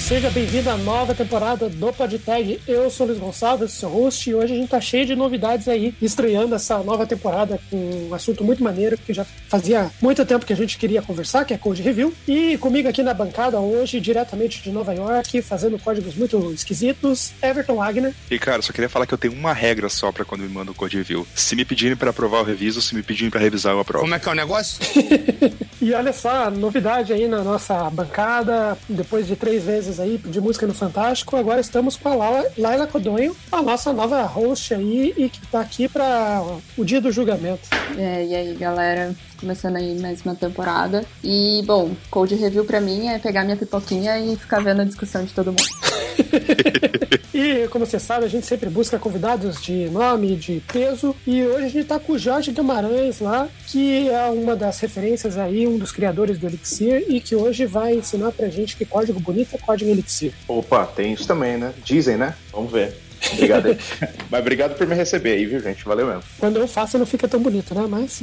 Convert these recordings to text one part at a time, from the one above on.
seja bem-vindo à nova temporada do PodTag. Eu sou o Luiz Gonçalves, seu host, e hoje a gente tá cheio de novidades aí, estreando essa nova temporada com um assunto muito maneiro, que já fazia muito tempo que a gente queria conversar, que é Code Review. E comigo aqui na bancada hoje, diretamente de Nova York, fazendo códigos muito esquisitos, Everton Wagner. E cara, só queria falar que eu tenho uma regra só pra quando me manda o Code Review. Se me pedirem pra aprovar, eu reviso. Se me pedirem pra revisar, eu aprovo. Como é que é o negócio? E olha só, novidade aí na nossa bancada, depois de 3 vezes aí de música no Fantástico, agora estamos com a Laila Codonho, a nossa nova host aí, e que tá aqui pra o dia do julgamento. E aí, galera? Começando aí mais uma temporada. E, bom, Code Review pra mim é pegar minha pipoquinha e ficar vendo a discussão de todo mundo. E, como você sabe, a gente sempre busca convidados de nome, de peso. E hoje a gente tá com o Jorge Guimarães lá, que é uma das referências aí, um dos criadores do Elixir, e que hoje vai ensinar pra gente que código bonito é código Elixir. Opa, tem isso também, né? Dizem, né? Vamos ver. Obrigado aí. Mas obrigado por me receber aí, viu, gente? Valeu mesmo. Quando eu faço, não fica tão bonito, né? Mas...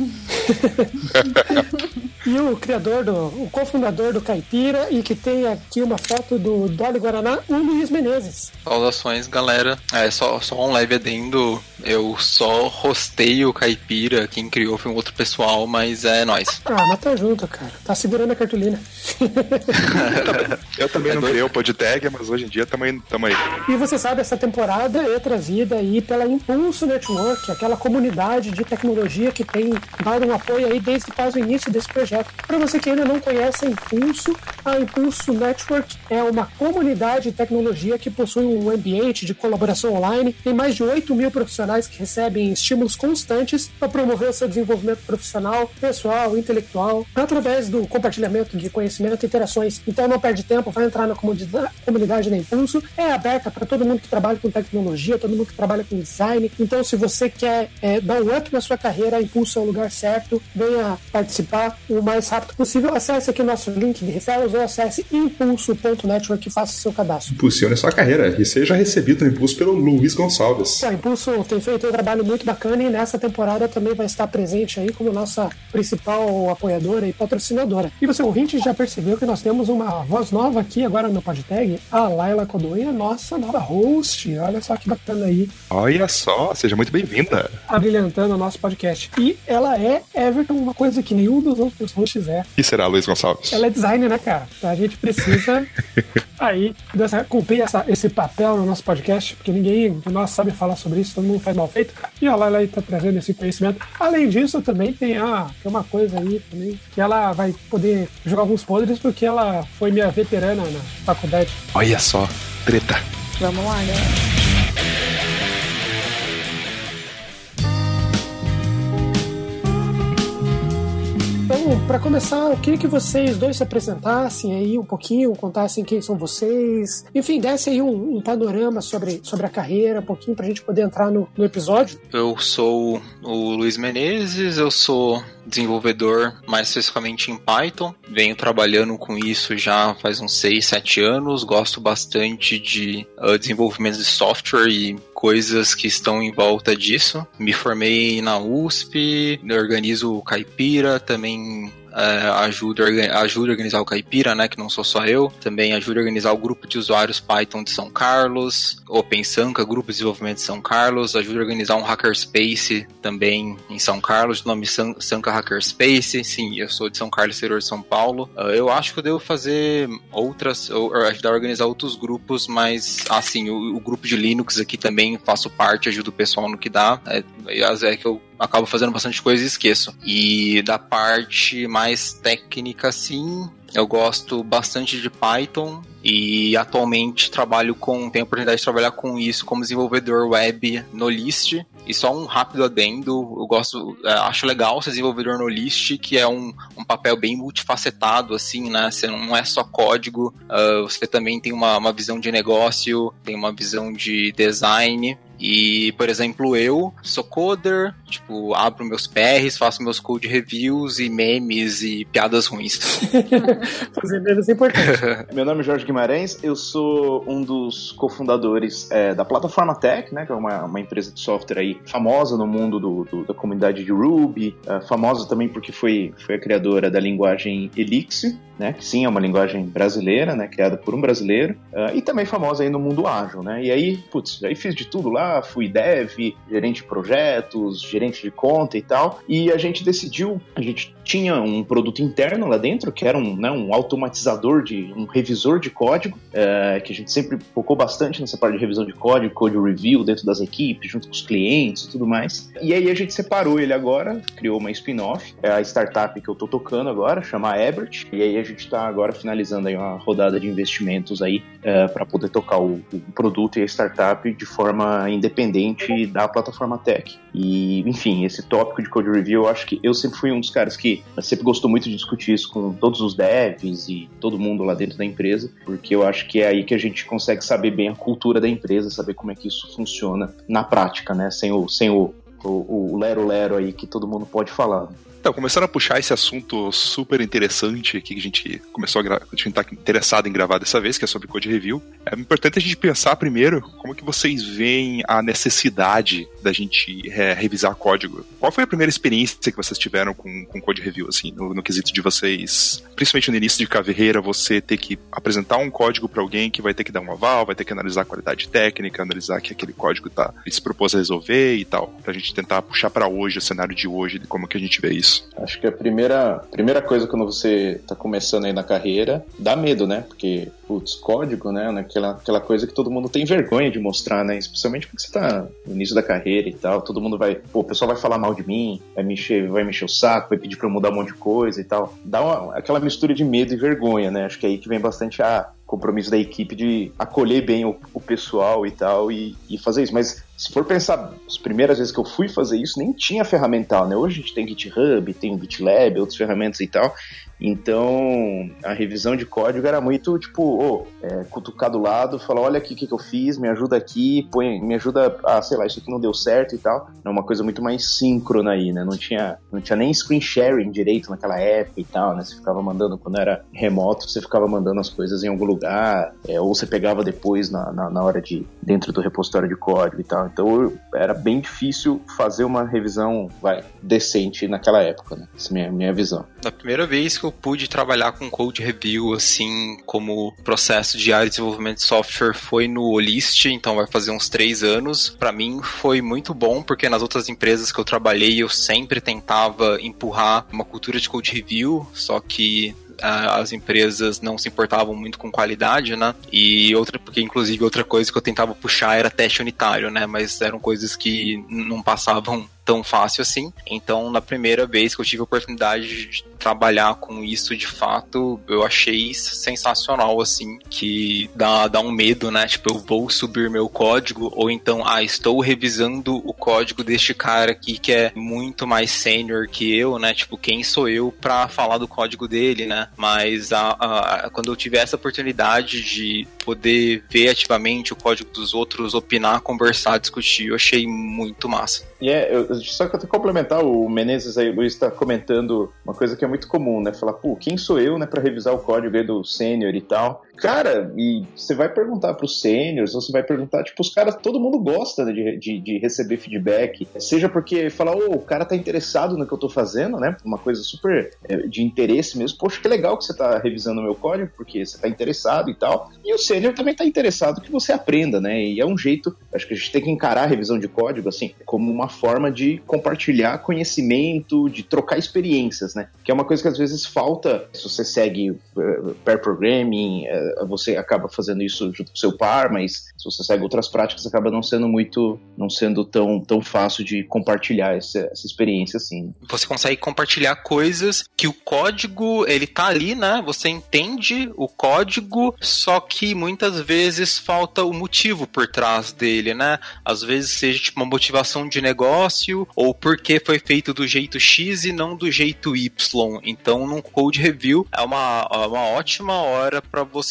E o criador, o cofundador do Caipira, e que tem aqui uma foto do Dolly Guaraná, o Luiz Menezes. Saudações, galera. Só um leve adendo. Eu só hostei o Caipira, quem criou foi um outro pessoal, mas é nóis. Ah, mas tá junto, cara. Tá segurando a cartolina. Eu também não criei o PodTag, mas hoje em dia tamo aí. E você sabe, essa temporada é trazida aí pela Impulso Network, aquela comunidade de tecnologia que tem dado um apoio aí desde quase o início desse projeto. Para você que ainda não conhece a Impulso Network é uma comunidade de tecnologia que possui um ambiente de colaboração online. Tem mais de 8 mil profissionais que recebem estímulos constantes para promover o seu desenvolvimento profissional, pessoal, intelectual, através do compartilhamento de conhecimento e interações. Então não perde tempo, vai entrar na comunidade da Impulso. É aberta para todo mundo que trabalha com tecnologia, todo mundo que trabalha com design. Então, se você quer dar um up na sua carreira, a Impulso é o lugar certo. Venha participar o mais rápido possível. Acesse aqui o nosso link de referrals ou acesse impulso.network e faça o seu cadastro. Impulsione sua carreira e seja recebido no Impulso pelo Luiz Gonçalves. A Impulso tem feito um trabalho muito bacana e nessa temporada também vai estar presente aí como nossa principal apoiadora e patrocinadora. E você, ouvinte, já percebeu que nós temos uma voz nova aqui agora no PodTag, a Laila Codonho, a nossa nova host. Olha só que bacana aí. Olha só, seja muito bem-vinda. Abrilhantando o nosso podcast. E ela é, Everton, uma coisa que nenhum dos outros hosts é. E será, Luiz Gonçalves? Ela é designer, né, cara? Então a gente precisa aí cumprir esse papel no nosso podcast, porque ninguém de nós sabe falar sobre isso, todo mundo faz mal feito. E a Laila aí tá trazendo esse conhecimento. Além disso, também tem uma coisa aí também, que ela vai poder jogar alguns podres, porque ela foi minha veterana na faculdade. Olha só, treta. Vamos lá, galera. Então, para começar, eu queria que vocês dois se apresentassem aí um pouquinho, contassem quem são vocês. Enfim, desse aí um panorama sobre a carreira, um pouquinho pra gente poder entrar no episódio. Eu sou o Luiz Menezes, eu sou desenvolvedor mais especificamente em Python. Venho trabalhando com isso já faz uns 6, 7 anos. Gosto bastante de desenvolvimento de software e coisas que estão em volta disso. Me formei na USP, organizo o Caipira, também ajuda a organizar o Caipira, né, que não sou só eu. Também ajuda a organizar o grupo de usuários Python de São Carlos, OpenSanka, grupo de desenvolvimento de São Carlos. Ajuda a organizar um Hackerspace também em São Carlos, de nome Sanka Hackerspace. Sim, eu sou de São Carlos, interior de São Paulo. Eu acho que eu devo fazer ou ajudar a organizar outros grupos, mas assim, o grupo de Linux aqui também faço parte, ajudo o pessoal no que dá. É que eu acabo fazendo bastante coisa e esqueço. E da parte mais técnica, sim, eu gosto bastante de Python e atualmente tenho a oportunidade de trabalhar com isso como desenvolvedor web no List. E só um rápido adendo, acho legal ser desenvolvedor no List, que é um papel bem multifacetado, assim, né? Você não é só código, você também tem uma visão de negócio, tem uma visão de design. E, por exemplo, eu sou coder, abro meus PRs, faço meus code reviews e memes e piadas ruins. Fazer menos importante. Meu nome é Jorge Guimarães, eu sou um dos cofundadores da Plataforma Tech, né, que é uma empresa de software aí famosa no mundo da comunidade de Ruby, famosa também porque foi a criadora da linguagem Elixir, né, que sim, é uma linguagem brasileira, né, criada por um brasileiro, e também famosa aí no mundo ágil, né, e aí, aí fiz de tudo lá, fui dev, gerente de projetos, gerente de conta e tal, e a gente tinha um produto interno lá dentro, que era um automatizador, um revisor de código, que a gente sempre focou bastante nessa parte de revisão de código, code review dentro das equipes, junto com os clientes e tudo mais, e aí a gente separou ele agora, criou uma spin-off, é a startup que eu tô tocando agora, chama Ebert, e aí a gente está agora finalizando aí uma rodada de investimentos aí para poder tocar o produto e a startup de forma independente da Plataforma Tech. E, enfim, esse tópico de code review, eu acho que eu sempre fui um dos caras que sempre gostou muito de discutir isso com todos os devs e todo mundo lá dentro da empresa, porque eu acho que é aí que a gente consegue saber bem a cultura da empresa, saber como é que isso funciona na prática, né? Sem o lero-lero aí que todo mundo pode falar. Então, começando a puxar esse assunto super interessante aqui que a gente começou a gente tá interessado em gravar dessa vez, que é sobre Code Review, é importante a gente pensar primeiro como que vocês veem a necessidade da gente revisar código. Qual foi a primeira experiência que vocês tiveram com Code Review, assim, no quesito de vocês, principalmente no início de carreira, você ter que apresentar um código para alguém que vai ter que dar um aval, vai ter que analisar a qualidade técnica, analisar que aquele código se propôs a resolver e tal, pra gente tentar puxar para hoje, o cenário de hoje, de como que a gente vê isso. Acho que a primeira coisa quando você tá começando aí na carreira, dá medo, né? Porque, código, né? Aquela coisa que todo mundo tem vergonha de mostrar, né? Especialmente porque você tá no início da carreira e tal, todo mundo o pessoal vai falar mal de mim, vai me encher o saco, vai pedir pra eu mudar um monte de coisa e tal. Dá aquela mistura de medo e vergonha, né? Acho que é aí que vem bastante compromisso da equipe de acolher bem o pessoal e tal, e fazer isso. Mas se for pensar, as primeiras vezes que eu fui fazer isso, nem tinha ferramental, né? Hoje a gente tem GitHub, tem o GitLab, outras ferramentas e tal. Então, a revisão de código era muito, cutucar do lado, falar, olha aqui o que eu fiz, me ajuda aqui, me ajuda sei lá, isso aqui não deu certo e tal. É uma coisa muito mais síncrona aí, né? Não tinha nem screen sharing direito naquela época e tal, né? Você ficava mandando, quando era remoto, você ficava mandando as coisas em algum lugar, ou você pegava depois na hora dentro do repositório de código e tal. Então, era bem difícil fazer uma revisão, decente naquela época, né? Essa é a minha visão. Da primeira vez que eu pude trabalhar com Code Review, assim, como processo de área de desenvolvimento de software, foi no Olist, então vai fazer uns 3 anos. Pra mim foi muito bom, porque nas outras empresas que eu trabalhei, eu sempre tentava empurrar uma cultura de Code Review, só que as empresas não se importavam muito com qualidade, né? Porque inclusive outra coisa que eu tentava puxar era teste unitário, né? Mas eram coisas que não passavam tão fácil assim. Então, na primeira vez que eu tive a oportunidade de trabalhar com isso, de fato, eu achei sensacional, assim, que dá um medo, né? Tipo, eu vou subir meu código, ou então, estou revisando o código deste cara aqui que é muito mais sênior que eu, né? Tipo, quem sou eu pra falar do código dele, né? Mas quando eu tive essa oportunidade de poder ver ativamente o código dos outros, opinar, conversar, discutir, eu achei muito massa. Só que eu tenho que complementar, o Menezes aí, o Luiz, está comentando uma coisa que é muito comum, né? Falar, quem sou eu, né, para revisar o código aí do sênior e tal. Cara, e você vai perguntar pros sêniors, ou você vai perguntar, os caras, todo mundo gosta, né, de receber feedback, seja porque falar, o cara tá interessado no que eu tô fazendo, né? Uma coisa super de interesse mesmo. Poxa, que legal que você tá revisando o meu código, porque você tá interessado e tal. E o sênior também tá interessado que você aprenda, né? E é um jeito, acho que a gente tem que encarar a revisão de código, assim, como uma forma de compartilhar conhecimento, de trocar experiências, né? Que é uma coisa que às vezes falta, se você segue pair programming, você acaba fazendo isso junto com o seu par, mas se você segue outras práticas, acaba não sendo tão fácil de compartilhar essa experiência assim. Você consegue compartilhar coisas que o código, ele tá ali, né? Você entende o código, só que muitas vezes falta o motivo por trás dele, né? Às vezes seja uma motivação de negócio, ou porque foi feito do jeito X e não do jeito Y. Então, num Code Review, é uma ótima hora para você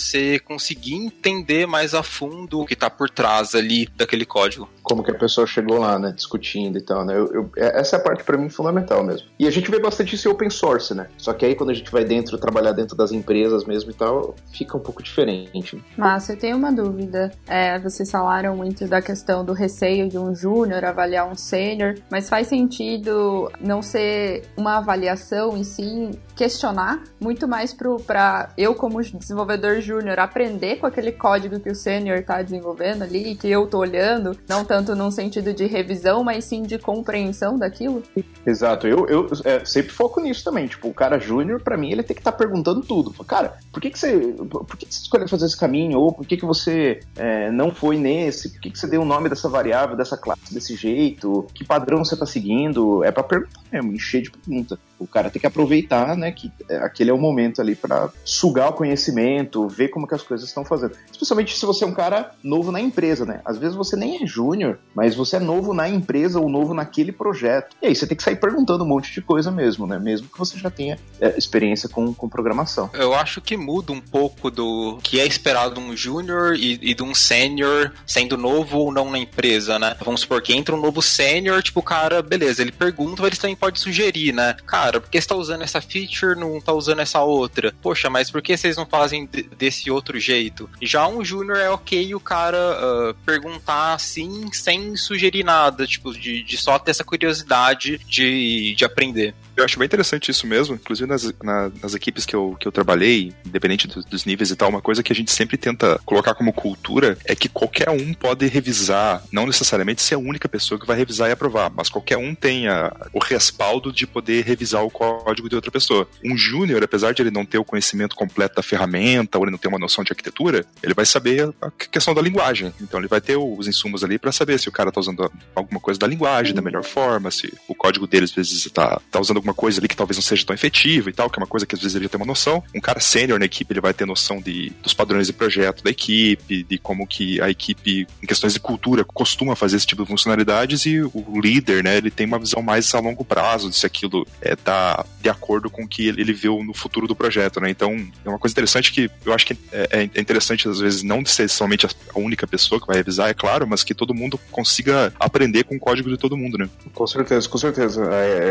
você conseguir entender mais a fundo o que tá por trás ali daquele código. Como que a pessoa chegou lá, né, discutindo e tal, né? Essa é a parte pra mim fundamental mesmo. E a gente vê bastante isso em open source, né? Só que aí quando a gente vai trabalhar dentro das empresas mesmo e tal, fica um pouco diferente. Mas eu tenho uma dúvida. Vocês falaram muito da questão do receio de um júnior avaliar um sênior, mas faz sentido não ser uma avaliação e sim questionar muito mais pra eu, como desenvolvedor júnior, aprender com aquele código que o sênior tá desenvolvendo ali, que eu tô olhando, não tanto num sentido de revisão, mas sim de compreensão daquilo? Exato, eu sempre foco nisso também, tipo, o cara júnior, pra mim, ele tem que estar perguntando tudo. Cara, por que você escolheu fazer esse caminho? Ou por que você não foi nesse? Por que você deu o nome dessa variável, dessa classe, desse jeito? Que padrão você tá seguindo? É pra perguntar mesmo, encher de pergunta. O cara tem que aproveitar, né, que aquele é o momento ali pra sugar o conhecimento, ver como que as coisas estão fazendo. Especialmente se você é um cara novo na empresa, né? Às vezes você nem é júnior, mas você é novo na empresa ou novo naquele projeto. E aí você tem que sair perguntando um monte de coisa mesmo, né? Mesmo que você já tenha experiência com programação. Eu acho que muda um pouco do que é esperado de um júnior e de um sênior sendo novo ou não na empresa, né? Vamos supor que entra um novo sênior, tipo, o cara, beleza, ele pergunta, mas ele também pode sugerir, né? Cara, por que você tá usando essa feature, não tá usando essa outra? Poxa, mas por que vocês não fazem desse outro jeito? Já um júnior é ok o cara perguntar assim, sem sugerir nada, tipo, de só ter essa curiosidade de aprender. Eu acho bem interessante isso mesmo, inclusive nas equipes que eu trabalhei, independente dos níveis e tal, uma coisa que a gente sempre tenta colocar como cultura é que qualquer um pode revisar, não necessariamente ser a única pessoa que vai revisar e aprovar, mas qualquer um tenha o respaldo de poder revisar o código de outra pessoa. Um júnior, apesar de ele não ter o conhecimento completo da ferramenta, ou ele não ter uma noção de arquitetura, ele vai saber a questão da linguagem, então ele vai ter os insumos ali para saber se o cara tá usando alguma coisa da linguagem da melhor forma, se o código dele às vezes tá usando alguma coisa ali que talvez não seja tão efetiva e tal, que é uma coisa que às vezes ele já tem uma noção. Um cara sênior na equipe, ele vai ter noção dos padrões de projeto da equipe, de como que a equipe, em questões de cultura, costuma fazer esse tipo de funcionalidades, e o líder, né, ele tem uma visão mais a longo prazo de se aquilo tá de acordo com o que ele viu no futuro do projeto, né? Então, é uma coisa interessante que eu acho que é interessante, às vezes, não de ser somente a única pessoa que vai revisar, é claro, mas que todo mundo consiga aprender com o código de todo mundo, né? Com certeza, com certeza.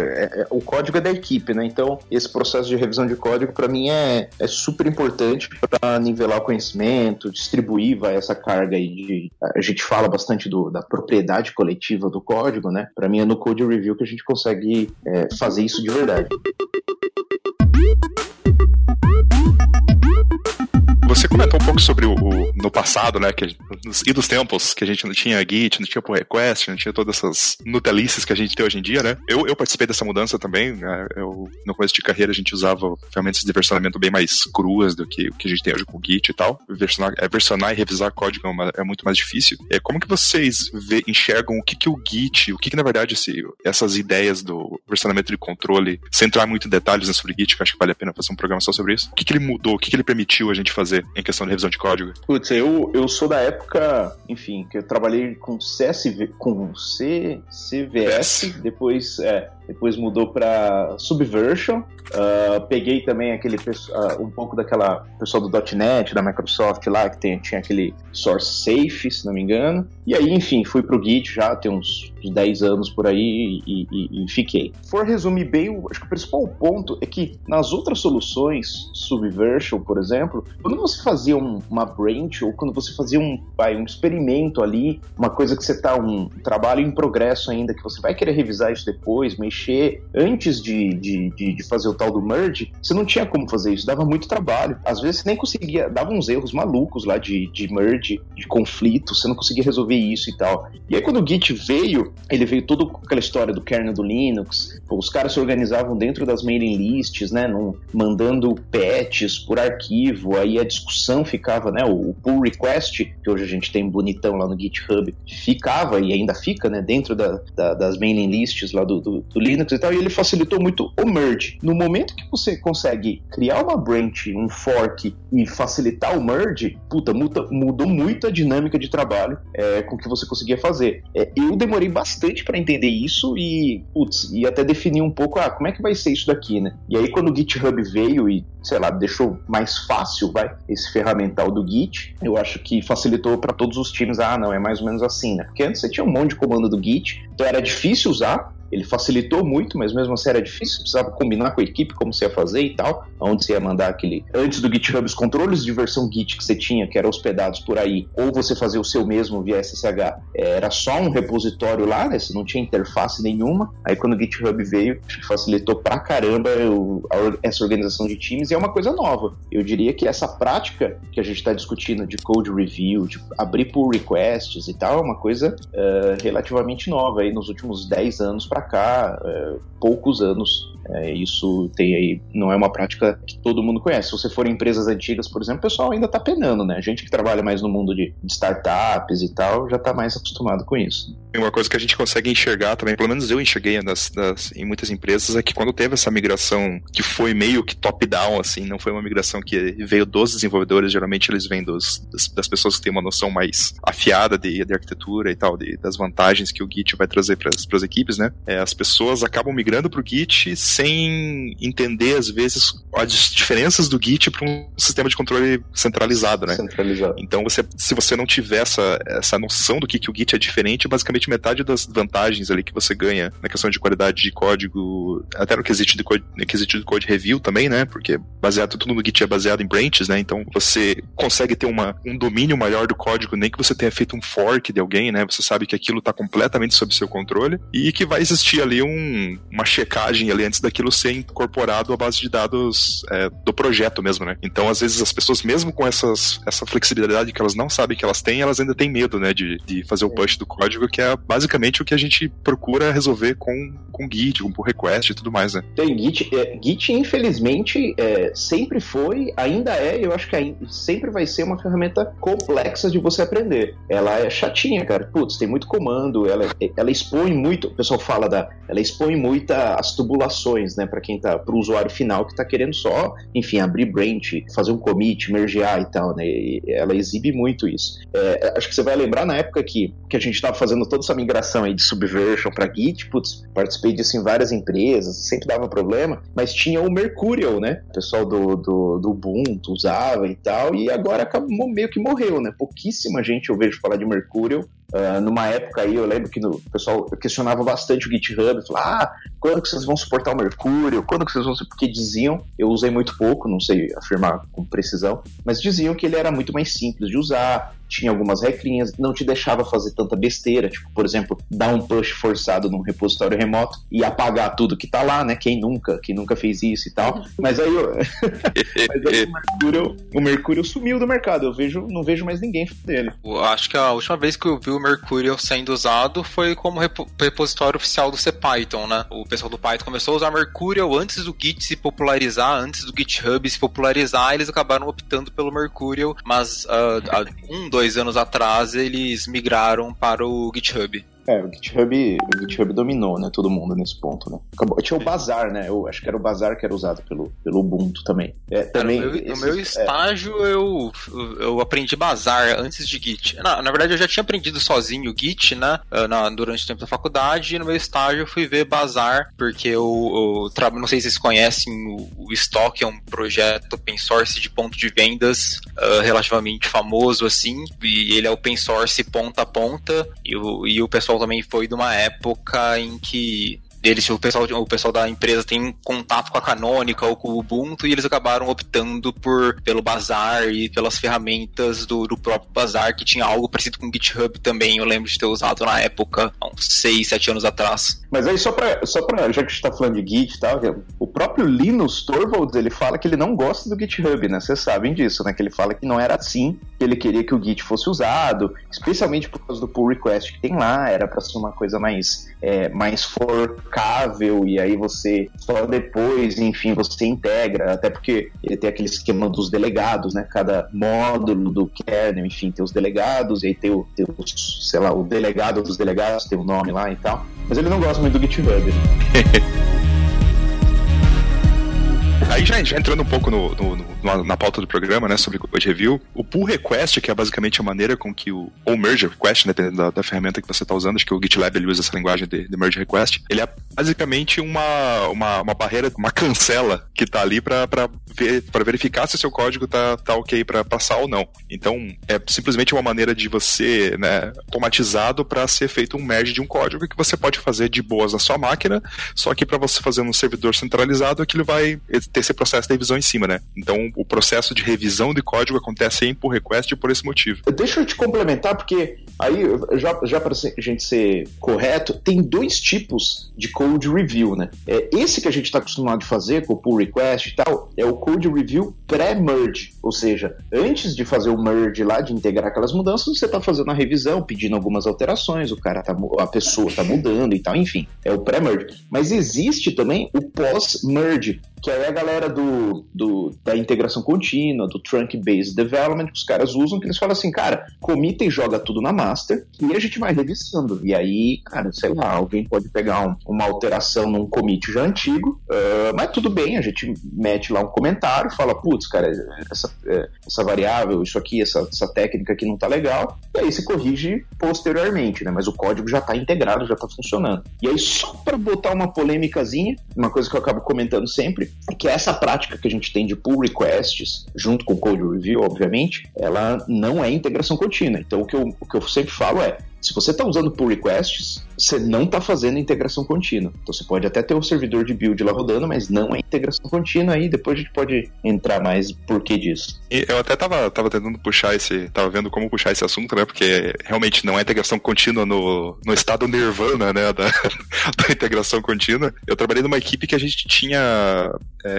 O código é da equipe, né? Então, esse processo de revisão de código, para mim, é super importante para nivelar o conhecimento, distribuir essa carga aí a gente fala bastante da propriedade coletiva do código, né? Para mim, é no Code Review que a gente consegue fazer isso de verdade. Você comentou um pouco sobre no passado, né, e dos tempos que a gente não tinha Git, não tinha pull request, não tinha todas essas nutelices que a gente tem hoje em dia, né? Eu participei dessa mudança também, né? No começo de carreira a gente usava ferramentas de versionamento bem mais cruas do que o que a gente tem hoje com o Git e tal. Versionar e revisar código é muito mais difícil. Como que vocês enxergam o que o Git, o que na verdade essas ideias do versionamento de controle, sem entrar muito em detalhes sobre Git, que eu acho que vale a pena fazer um programa só sobre isso. O que ele mudou, o que ele permitiu a gente fazer em questão de revisão de código? Putz, eu sou da época, enfim, que eu trabalhei com CVS, depois mudou para Subversion. Peguei também um pouco daquela pessoal do .NET, da Microsoft lá, que tinha aquele Source Safe, se não me engano. E aí, enfim, fui pro Git já tem uns 10 anos por aí e fiquei. Se for resumir bem, acho que o principal ponto é que nas outras soluções, Subversion, por exemplo, quando você fazia uma branch ou quando você fazia um experimento ali, uma coisa que você tá um trabalho em progresso ainda, que você vai querer revisar isso depois, mexer antes de fazer o tal do merge, você não tinha como fazer isso, dava muito trabalho. Às vezes você nem conseguia, dava uns erros malucos lá de merge, de conflito, você não conseguia resolver isso e tal. E aí quando o Git veio, ele veio todo com aquela história do kernel do Linux, os caras se organizavam dentro das mailing lists, né, mandando patches por arquivo, aí a discussão ficava, né, o pull request, que hoje a gente tem bonitão lá no GitHub, ficava e ainda fica, né, dentro das mailing lists lá do Linux e tal, e ele facilitou muito o merge. No momento que você consegue criar uma branch, um fork e facilitar o merge, mudou muito a dinâmica de trabalho com que você conseguia fazer. Eu demorei bastante para entender isso e até definir um pouco, como é que vai ser isso daqui, né? E aí quando o GitHub veio e, sei lá, deixou mais fácil, esse ferramental do Git, eu acho que facilitou para todos os times, não, é mais ou menos assim, né? Porque antes você tinha um monte de comando do Git, então era difícil usar, ele facilitou muito, mas mesmo assim era difícil, você precisava combinar com a equipe como você ia fazer e tal, onde você ia mandar aquele... Antes do GitHub, os controles de versão Git que você tinha, que eram hospedados por aí, ou você fazia o seu mesmo via SSH, era só um repositório lá, né? Você não tinha interface nenhuma. Aí quando o GitHub veio, facilitou pra caramba essa organização de times, e é uma coisa nova. Eu diria que essa prática que a gente está discutindo de code review, de abrir pull requests e tal, é uma coisa relativamente nova aí nos últimos 10 anos pra cá, poucos anos. Isso tem aí, não é uma prática que todo mundo conhece. Se você for em empresas antigas, por exemplo, o pessoal ainda tá penando, né? A gente que trabalha mais no mundo de startups e tal, já tá mais acostumado com isso. E uma coisa que a gente consegue enxergar também, pelo menos eu enxerguei em muitas empresas, é que quando teve essa migração que foi meio que top-down, assim, não foi uma migração que veio dos desenvolvedores, geralmente eles vêm das pessoas que têm uma noção mais afiada de arquitetura e tal, das vantagens que o Git vai trazer para as equipes, né? As pessoas acabam migrando pro Git sem entender, às vezes, as diferenças do Git para um sistema de controle centralizado, né? Centralizado. Então, se você não tiver essa noção do que o Git é diferente, basicamente metade das vantagens ali que você ganha na questão de qualidade de código, até no quesito de code review também, né? Porque tudo no Git é baseado em branches, né? Então, você consegue ter um domínio maior do código, nem que você tenha feito um fork de alguém, né? Você sabe que aquilo está completamente sob seu controle e que vai existir ali uma checagem ali antes daquilo ser incorporado à base de dados do projeto mesmo, né? Então, às vezes, as pessoas, mesmo com essa flexibilidade que elas não sabem que elas têm, elas ainda têm medo, né? De fazer o push do código, que é basicamente o que a gente procura resolver com Git, com pull request e tudo mais, né? Tem Git, infelizmente, sempre foi, ainda é, eu acho que sempre vai ser uma ferramenta complexa de você aprender. Ela é chatinha, cara. Putz, tem muito comando, ela expõe muito, o pessoal fala ela expõe muito as tubulações, né, pro usuário final que tá querendo só, enfim, abrir branch, fazer um commit, mergear e tal, né, e ela exibe muito isso. Acho que você vai lembrar na época que a gente tava fazendo toda essa migração aí de Subversion pra Git, putz, participei disso em várias empresas, sempre dava problema, mas tinha o Mercurial, né, o pessoal do Ubuntu usava e tal, e agora meio que morreu, né, pouquíssima gente eu vejo falar de Mercurial. Numa época aí, eu lembro que o pessoal questionava bastante o GitHub, falava, quando que vocês vão suportar o Mercurial? Quando que vocês vão... Porque diziam, eu usei muito pouco, não sei afirmar com precisão, mas diziam que ele era muito mais simples de usar, tinha algumas regrinhas, não te deixava fazer tanta besteira, tipo, por exemplo, dar um push forçado num repositório remoto e apagar tudo que tá lá, né? Quem nunca fez isso e tal. Mas aí, o Mercurial sumiu do mercado, não vejo mais ninguém dele. Eu acho que a última vez que eu vi o Mercurial sendo usado foi como repositório oficial do CPython, né? O pessoal do Python começou a usar Mercurial antes do Git se popularizar, antes do GitHub se popularizar, eles acabaram optando pelo Mercurial, mas há 2 anos atrás eles migraram para o GitHub. O GitHub dominou, né, todo mundo nesse ponto, né. Tinha o Bazaar, né, eu acho que era o Bazaar que era usado pelo Ubuntu também. No meu estágio eu aprendi Bazaar antes de Git. Na verdade eu já tinha aprendido sozinho o Git, né, durante o tempo da faculdade, e no meu estágio eu fui ver Bazaar, porque eu não sei se vocês conhecem, o Stock é um projeto open source de ponto de vendas relativamente famoso, assim, e ele é open source ponta a ponta, e o pessoal também foi de uma época em que o pessoal da empresa tem contato com a Canonical ou com o Ubuntu, e eles acabaram optando pelo Bazaar e pelas ferramentas do próprio Bazaar, que tinha algo parecido com o GitHub também. Eu lembro de ter usado na época, há uns 6, 7 anos atrás. Mas aí, só pra já que a gente tá falando de Git e tal, o próprio Linus Torvalds, ele fala que ele não gosta do GitHub, né? Vocês sabem disso, né? Que ele fala que não era assim, que ele queria que o Git fosse usado, especialmente por causa do pull request que tem lá, era pra ser uma coisa mais for checável, e aí você só depois, enfim, você integra, até porque ele tem aquele esquema dos delegados, né? Cada módulo do kernel, enfim, tem os delegados, e aí tem o sei lá, o delegado dos delegados, tem o nome lá e tal. Mas ele não gosta muito do GitHub. Aí já entrando um pouco na pauta do programa, né, sobre code review, o pull request, que é basicamente a maneira com que ou merge request, dependendo da ferramenta que você está usando, acho que o GitLab ele usa essa linguagem de merge request, ele é basicamente uma barreira, uma cancela que está ali para verificar se o seu código tá ok para passar ou não. Então, é simplesmente uma maneira de você, né, automatizado para ser feito um merge de um código que você pode fazer de boas na sua máquina, só que para você fazer num servidor centralizado, aquilo vai ter esse processo de revisão em cima, né? Então, o processo de revisão de código acontece em pull request por esse motivo. Deixa eu te complementar, porque aí, já para a gente ser correto, tem dois tipos de code review, né? Esse que a gente está acostumado a fazer com o pull request e tal, é o code review pré-merge, ou seja, antes de fazer o merge lá, de integrar aquelas mudanças, você está fazendo a revisão, pedindo algumas alterações, a pessoa está mudando e tal, enfim, é o pré-merge. Mas existe também o pós-merge, que aí é a galera da integração contínua, do trunk-based development, que os caras usam, que eles falam assim, cara, comita e joga tudo na master, e a gente vai revisando. E aí, cara, sei lá, alguém pode pegar uma alteração num commit já antigo, mas tudo bem, a gente mete lá um comentário, fala, putz, cara, essa variável, isso aqui, essa técnica aqui não tá legal, e aí se corrige posteriormente, né? Mas o código já tá integrado, já tá funcionando. E aí, só pra botar uma polêmicazinha, uma coisa que eu acabo comentando sempre, é que essa prática que a gente tem de pull requests, junto com code review, obviamente, ela não é integração contínua. Então, o que eu sempre falo é, se você está usando pull requests, você não está fazendo integração contínua. Então você pode até ter o servidor de build lá rodando, mas não é integração contínua. Aí depois a gente pode entrar mais porquê disso. E eu até tava tentando tava vendo como puxar esse assunto, né? Porque realmente não é integração contínua no estado nirvana, né? Da integração contínua. Eu trabalhei numa equipe que a gente tinha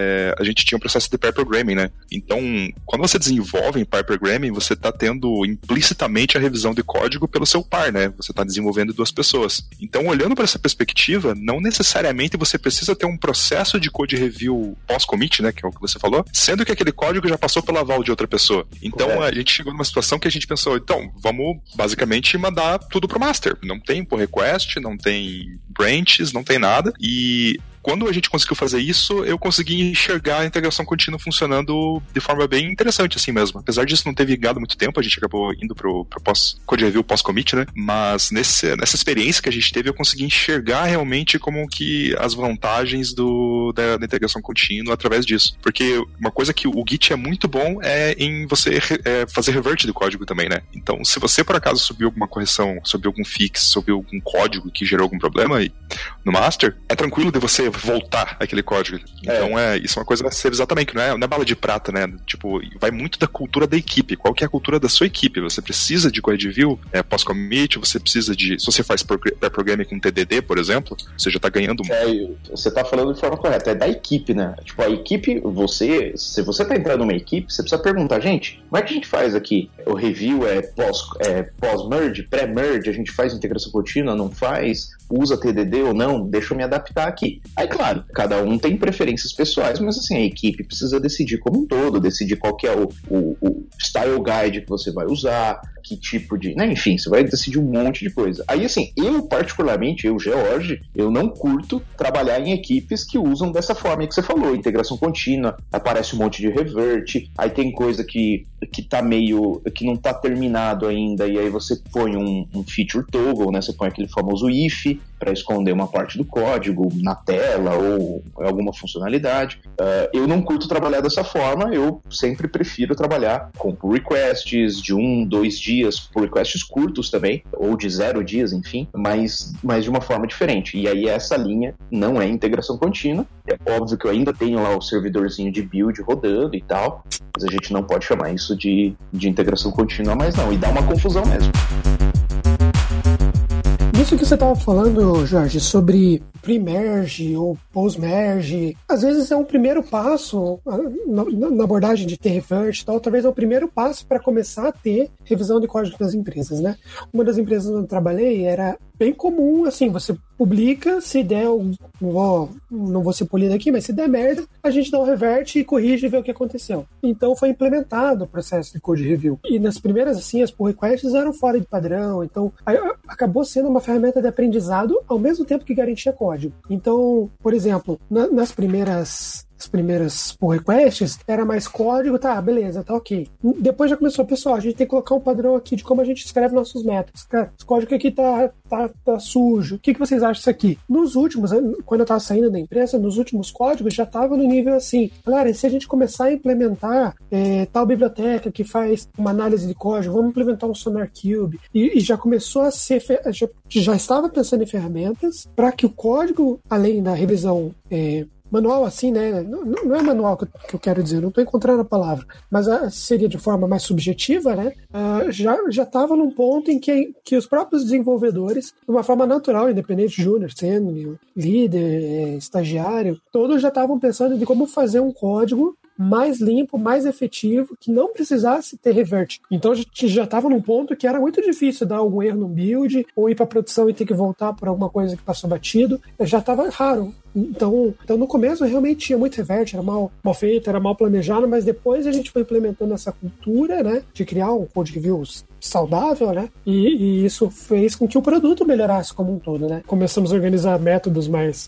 um processo de pair programming, né? Então, quando você desenvolve em pair programming, você está tendo implicitamente a revisão de código pelo seu par, né? Você está desenvolvendo duas pessoas. Então, olhando para essa perspectiva, não necessariamente você precisa ter um processo de code review pós-commit, né? Que é o que você falou, sendo que aquele código já passou pela aval de outra pessoa. Então, a gente chegou numa situação que a gente pensou, então, vamos basicamente mandar tudo pro master. Não tem pull request, não tem branches, não tem nada. E quando a gente conseguiu fazer isso, eu consegui enxergar a integração contínua funcionando de forma bem interessante, assim mesmo. Apesar disso não ter vingado muito tempo, a gente acabou indo pro code review pós-commit, né? Mas nessa experiência que a gente teve, eu consegui enxergar realmente como que as vantagens da integração contínua através disso. Porque uma coisa que o Git é muito bom é em você fazer revert do código também, né? Então, se você por acaso subiu alguma correção, subiu algum fix, subiu algum código que gerou algum problema no master, é tranquilo de você voltar aquele código. Então, isso é uma coisa serviçal também, que não é bala de prata, né? Tipo, vai muito da cultura da equipe. Qual que é a cultura da sua equipe? Você precisa de code review pós-commit, você precisa de... Se você faz pair programming com TDD, por exemplo, você já tá ganhando... Você tá falando de forma correta. É da equipe, né? Tipo, a equipe, se você tá entrando numa equipe, você precisa perguntar, gente, como é que a gente faz aqui? O review é pós-merge, pré-merge, a gente faz integração contínua, não faz? Usa TDD ou não? Deixa eu me adaptar aqui. Aí, claro, cada um tem preferências pessoais, mas assim, a equipe precisa decidir como um todo, decidir qual que é o style guide que você vai usar, que tipo de... Né? Enfim, você vai decidir um monte de coisa. Aí, assim, particularmente, George, eu não curto trabalhar em equipes que usam dessa forma que você falou, integração contínua, aparece um monte de revert, aí tem coisa que tá meio... que não tá terminado ainda, e aí você põe um feature toggle, né? Você põe aquele famoso if para esconder uma parte do código na tela ou alguma funcionalidade. Eu não curto trabalhar dessa forma, eu sempre prefiro trabalhar com pull requests de 1, 2 dias, pull requests curtos também, ou de 0 dias, enfim, mas de uma forma diferente. E aí essa linha não é integração contínua. É óbvio que eu ainda tenho lá o servidorzinho de build rodando e tal, mas a gente não pode chamar isso de integração contínua mais não, e dá uma confusão mesmo. Isso que você estava falando, Jorge, sobre pre-merge ou post-merge, às vezes é um primeiro passo na abordagem de ter revert e tal, talvez é o primeiro passo para começar a ter revisão de código das empresas, né? Uma das empresas onde eu trabalhei era bem comum, assim, você publica, se der, não vou ser polido aqui, mas se der merda, a gente dá um revert e corrige e vê o que aconteceu. Então foi implementado o processo de code review. E nas primeiras, assim, as pull requests eram fora de padrão, então acabou sendo uma ferramenta de aprendizado ao mesmo tempo que garantia código. Então, por exemplo, nas primeiras pull requests, era mais código, tá, beleza, tá ok. Depois já começou, pessoal, a gente tem que colocar um padrão aqui de como a gente escreve nossos métodos. Cara, esse código aqui tá sujo. O que vocês acham disso aqui? Nos últimos, quando eu tava saindo da empresa, nos últimos códigos já tava no nível assim, galera, e se a gente começar a implementar tal biblioteca que faz uma análise de código, vamos implementar um SonarQube, e já começou a ser, já estava pensando em ferramentas para que o código, além da revisão manual, assim, né? Não é manual que eu quero dizer, não estou encontrando a palavra, mas seria de forma mais subjetiva, né? Já estava num ponto em que os próprios desenvolvedores, de uma forma natural, independente, júnior, sênior, líder, estagiário, todos já estavam pensando de como fazer um código mais limpo, mais efetivo, que não precisasse ter revert. Então a gente já estava num ponto que era muito difícil dar algum erro no build, ou ir para produção e ter que voltar por alguma coisa que passou batido. Já estava raro. Então no começo realmente tinha muito revert, era mal feito, era mal planejado, mas depois a gente foi implementando essa cultura, né, de criar um code review saudável, né, e isso fez com que o produto melhorasse como um todo, né. Começamos a organizar métodos mais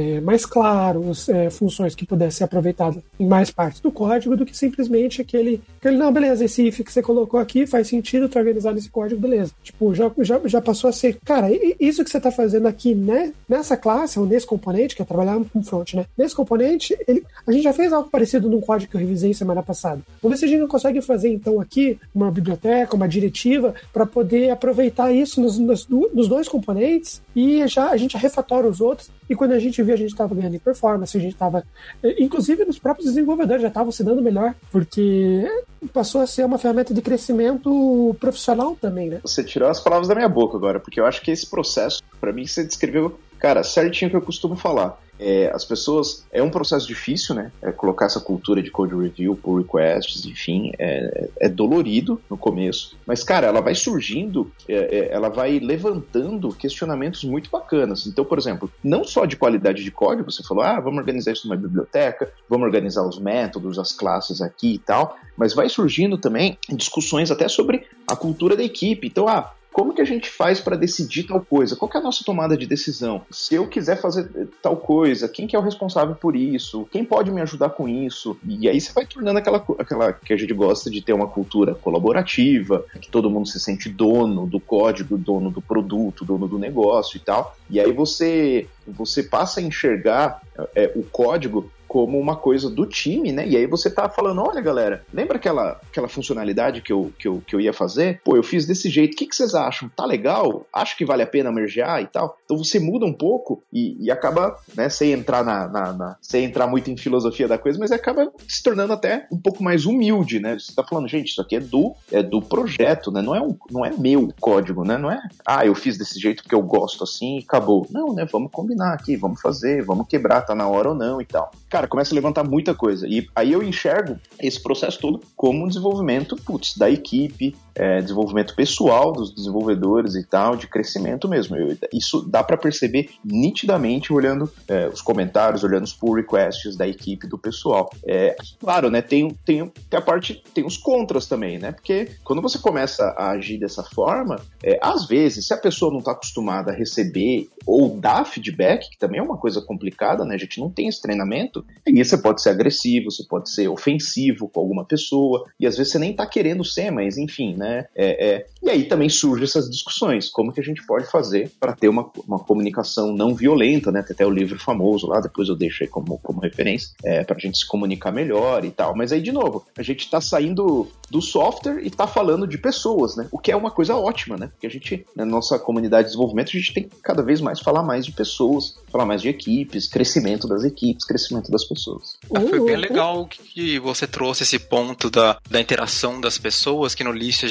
claros, funções que pudessem ser aproveitadas em mais partes do código do que simplesmente aquele não, beleza, esse if que você colocou aqui faz sentido, tá organizado nesse código, beleza. Tipo, já passou a ser, cara, isso que você tá fazendo aqui, né, nessa classe, ou nesse componente, que é trabalhar com front, né, nesse componente, a gente já fez algo parecido num código que eu revisei semana passada. Vamos ver se a gente não consegue fazer, então, aqui, uma biblioteca, uma diretiva, para poder aproveitar isso nos dois componentes, e a gente refatora os outros, e quando a gente viu, a gente estava ganhando em performance, a gente estava, inclusive nos próprios desenvolvedores já estavam se dando melhor, porque passou a ser uma ferramenta de crescimento profissional também, né? Você tirou as palavras da minha boca agora, porque eu acho que esse processo, para mim, você descreveu, cara, certinho que eu costumo falar. As pessoas, é um processo difícil, né? Colocar essa cultura de code review, pull requests, enfim, é dolorido no começo, mas, cara, ela vai surgindo, ela vai levantando questionamentos muito bacanas. Então, por exemplo, não só de qualidade de código, você falou, vamos organizar isso numa biblioteca, vamos organizar os métodos, as classes aqui e tal, mas vai surgindo também discussões até sobre a cultura da equipe. Então, como que a gente faz para decidir tal coisa? Qual que é a nossa tomada de decisão? Se eu quiser fazer tal coisa, quem que é o responsável por isso? Quem pode me ajudar com isso? E aí você vai tornando aquela que a gente gosta de ter uma cultura colaborativa, que todo mundo se sente dono do código, dono do produto, dono do negócio e tal. E aí você passa a enxergar o código como uma coisa do time, né? E aí você tá falando, olha, galera, lembra aquela funcionalidade que eu ia fazer? Pô, eu fiz desse jeito, o que vocês acham? Tá legal? Acho que vale a pena mergear e tal? Então você muda um pouco e acaba, né, sem entrar sem entrar muito em filosofia da coisa, mas acaba se tornando até um pouco mais humilde, né? Você tá falando, gente, isso aqui é do projeto, né? Não é meu código, né? Não é, eu fiz desse jeito porque eu gosto assim e acabou. Não, né? Vamos combinar aqui, vamos fazer, vamos quebrar, tá na hora ou não e tal. Cara, começa a levantar muita coisa. E aí eu enxergo esse processo todo como um desenvolvimento, da equipe, desenvolvimento pessoal dos desenvolvedores e tal, de crescimento mesmo. Isso dá para perceber nitidamente olhando os comentários, olhando os pull requests da equipe, do pessoal. Claro, né, tem a parte, tem os contras também, né, porque quando você começa a agir dessa forma, às vezes, se a pessoa não está acostumada a receber ou dar feedback, que também é uma coisa complicada, né, a gente não tem esse treinamento, e você pode ser agressivo, você pode ser ofensivo com alguma pessoa, e às vezes você nem tá querendo ser, mas enfim, né? E aí também surgem essas discussões, como que a gente pode fazer para ter uma comunicação não violenta, né? Tem até o livro famoso lá, depois eu deixo aí como referência, pra gente se comunicar melhor e tal. Mas aí, de novo, a gente tá saindo do software e tá falando de pessoas, né? O que é uma coisa ótima, né? Porque a gente, na nossa comunidade de desenvolvimento, a gente tem que cada vez mais falar mais de pessoas, falar mais de equipes, crescimento das equipes, crescimento das pessoas. Foi bem legal que você trouxe esse ponto da interação das pessoas, que no List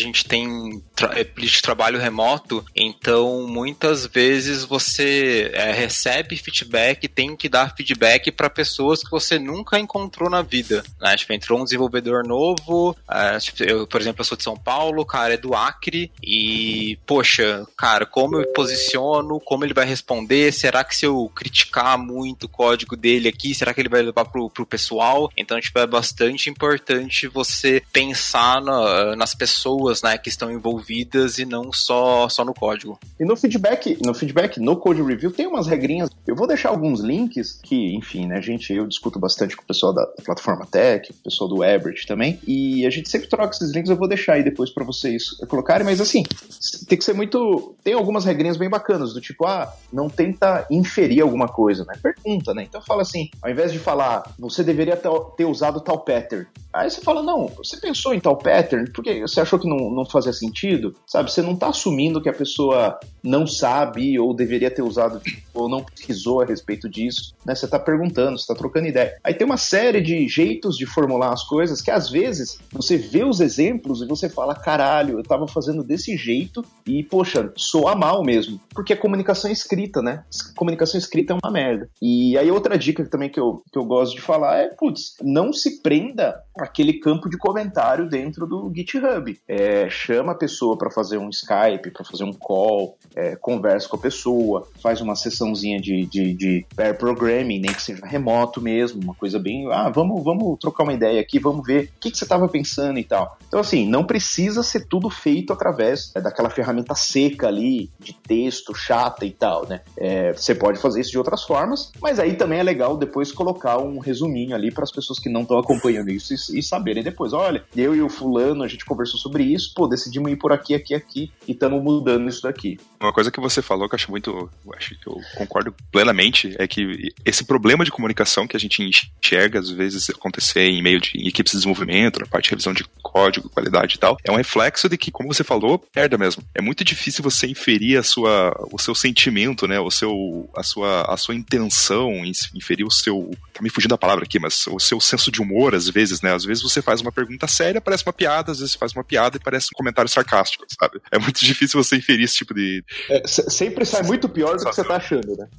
gente tem de trabalho remoto, então muitas vezes você recebe feedback, tem que dar feedback para pessoas que você nunca encontrou na vida, né? Tipo, entrou um desenvolvedor novo, tipo, eu, por exemplo, eu sou de São Paulo, o cara é do Acre, e, poxa, cara, como eu me posiciono, como ele vai responder, será que se eu criticar muito o código dele aqui, será que ele vai levar pro pessoal? Então, tipo, é bastante importante você pensar nas pessoas, né, que estão envolvidas e não só no código. E no feedback, no Code Review, tem umas regrinhas. Eu vou deixar alguns links que, enfim, né, eu discuto bastante com o pessoal da Plataforma Tech, o pessoal do Ebert também, e a gente sempre troca esses links, eu vou deixar aí depois pra vocês colocarem, mas assim, tem que ser muito... Tem algumas regrinhas bem bacanas, do tipo, não tenta inferir alguma coisa, né? Pergunta, né? Então fala assim, ao invés de falar, você deveria ter usado tal pattern, aí você fala, não, você pensou em tal pattern, porque você achou que não fazia sentido, sabe? Você não tá assumindo que a pessoa não sabe ou deveria ter usado ou não pesquisou a respeito disso, né? Você tá perguntando, você tá trocando ideia. Aí tem uma série de jeitos de formular as coisas que às vezes você vê os exemplos e você fala, caralho, eu tava fazendo desse jeito e, poxa, soa mal mesmo, porque é comunicação escrita, né? Comunicação escrita é uma merda. E aí outra dica também que eu gosto de falar é, não se prenda aquele campo de comentário dentro do GitHub. Chama a pessoa para fazer um Skype, para fazer um call, conversa com a pessoa, faz uma sessãozinha de pair programming, nem que seja remoto mesmo, uma coisa bem, vamos trocar uma ideia aqui, vamos ver o que você estava pensando e tal. Então assim, não precisa ser tudo feito através daquela ferramenta seca ali, de texto, chata e tal, né? Você pode fazer isso de outras formas, mas aí também é legal depois colocar um resuminho ali para as pessoas que não estão acompanhando isso e saberem depois, olha, eu e o fulano, a gente conversou sobre isso, decidimos ir por aqui, e estamos mudando isso daqui. Uma coisa que você falou que eu acho que eu concordo plenamente, é que esse problema de comunicação que a gente enxerga, às vezes, acontecer em meio de equipes de desenvolvimento, na parte de revisão de código, qualidade e tal, é um reflexo de que, como você falou, merda mesmo. É muito difícil você inferir o seu sentimento, né, a sua intenção, inferir o seu, tá me fugindo a palavra aqui, mas o seu senso de humor, às vezes, né, às vezes você faz uma pergunta séria, parece uma piada, às vezes você faz uma piada e parece um comentário sarcástico, sabe? É muito difícil você inferir esse tipo de... Sempre sai muito pior do que você tá achando, né?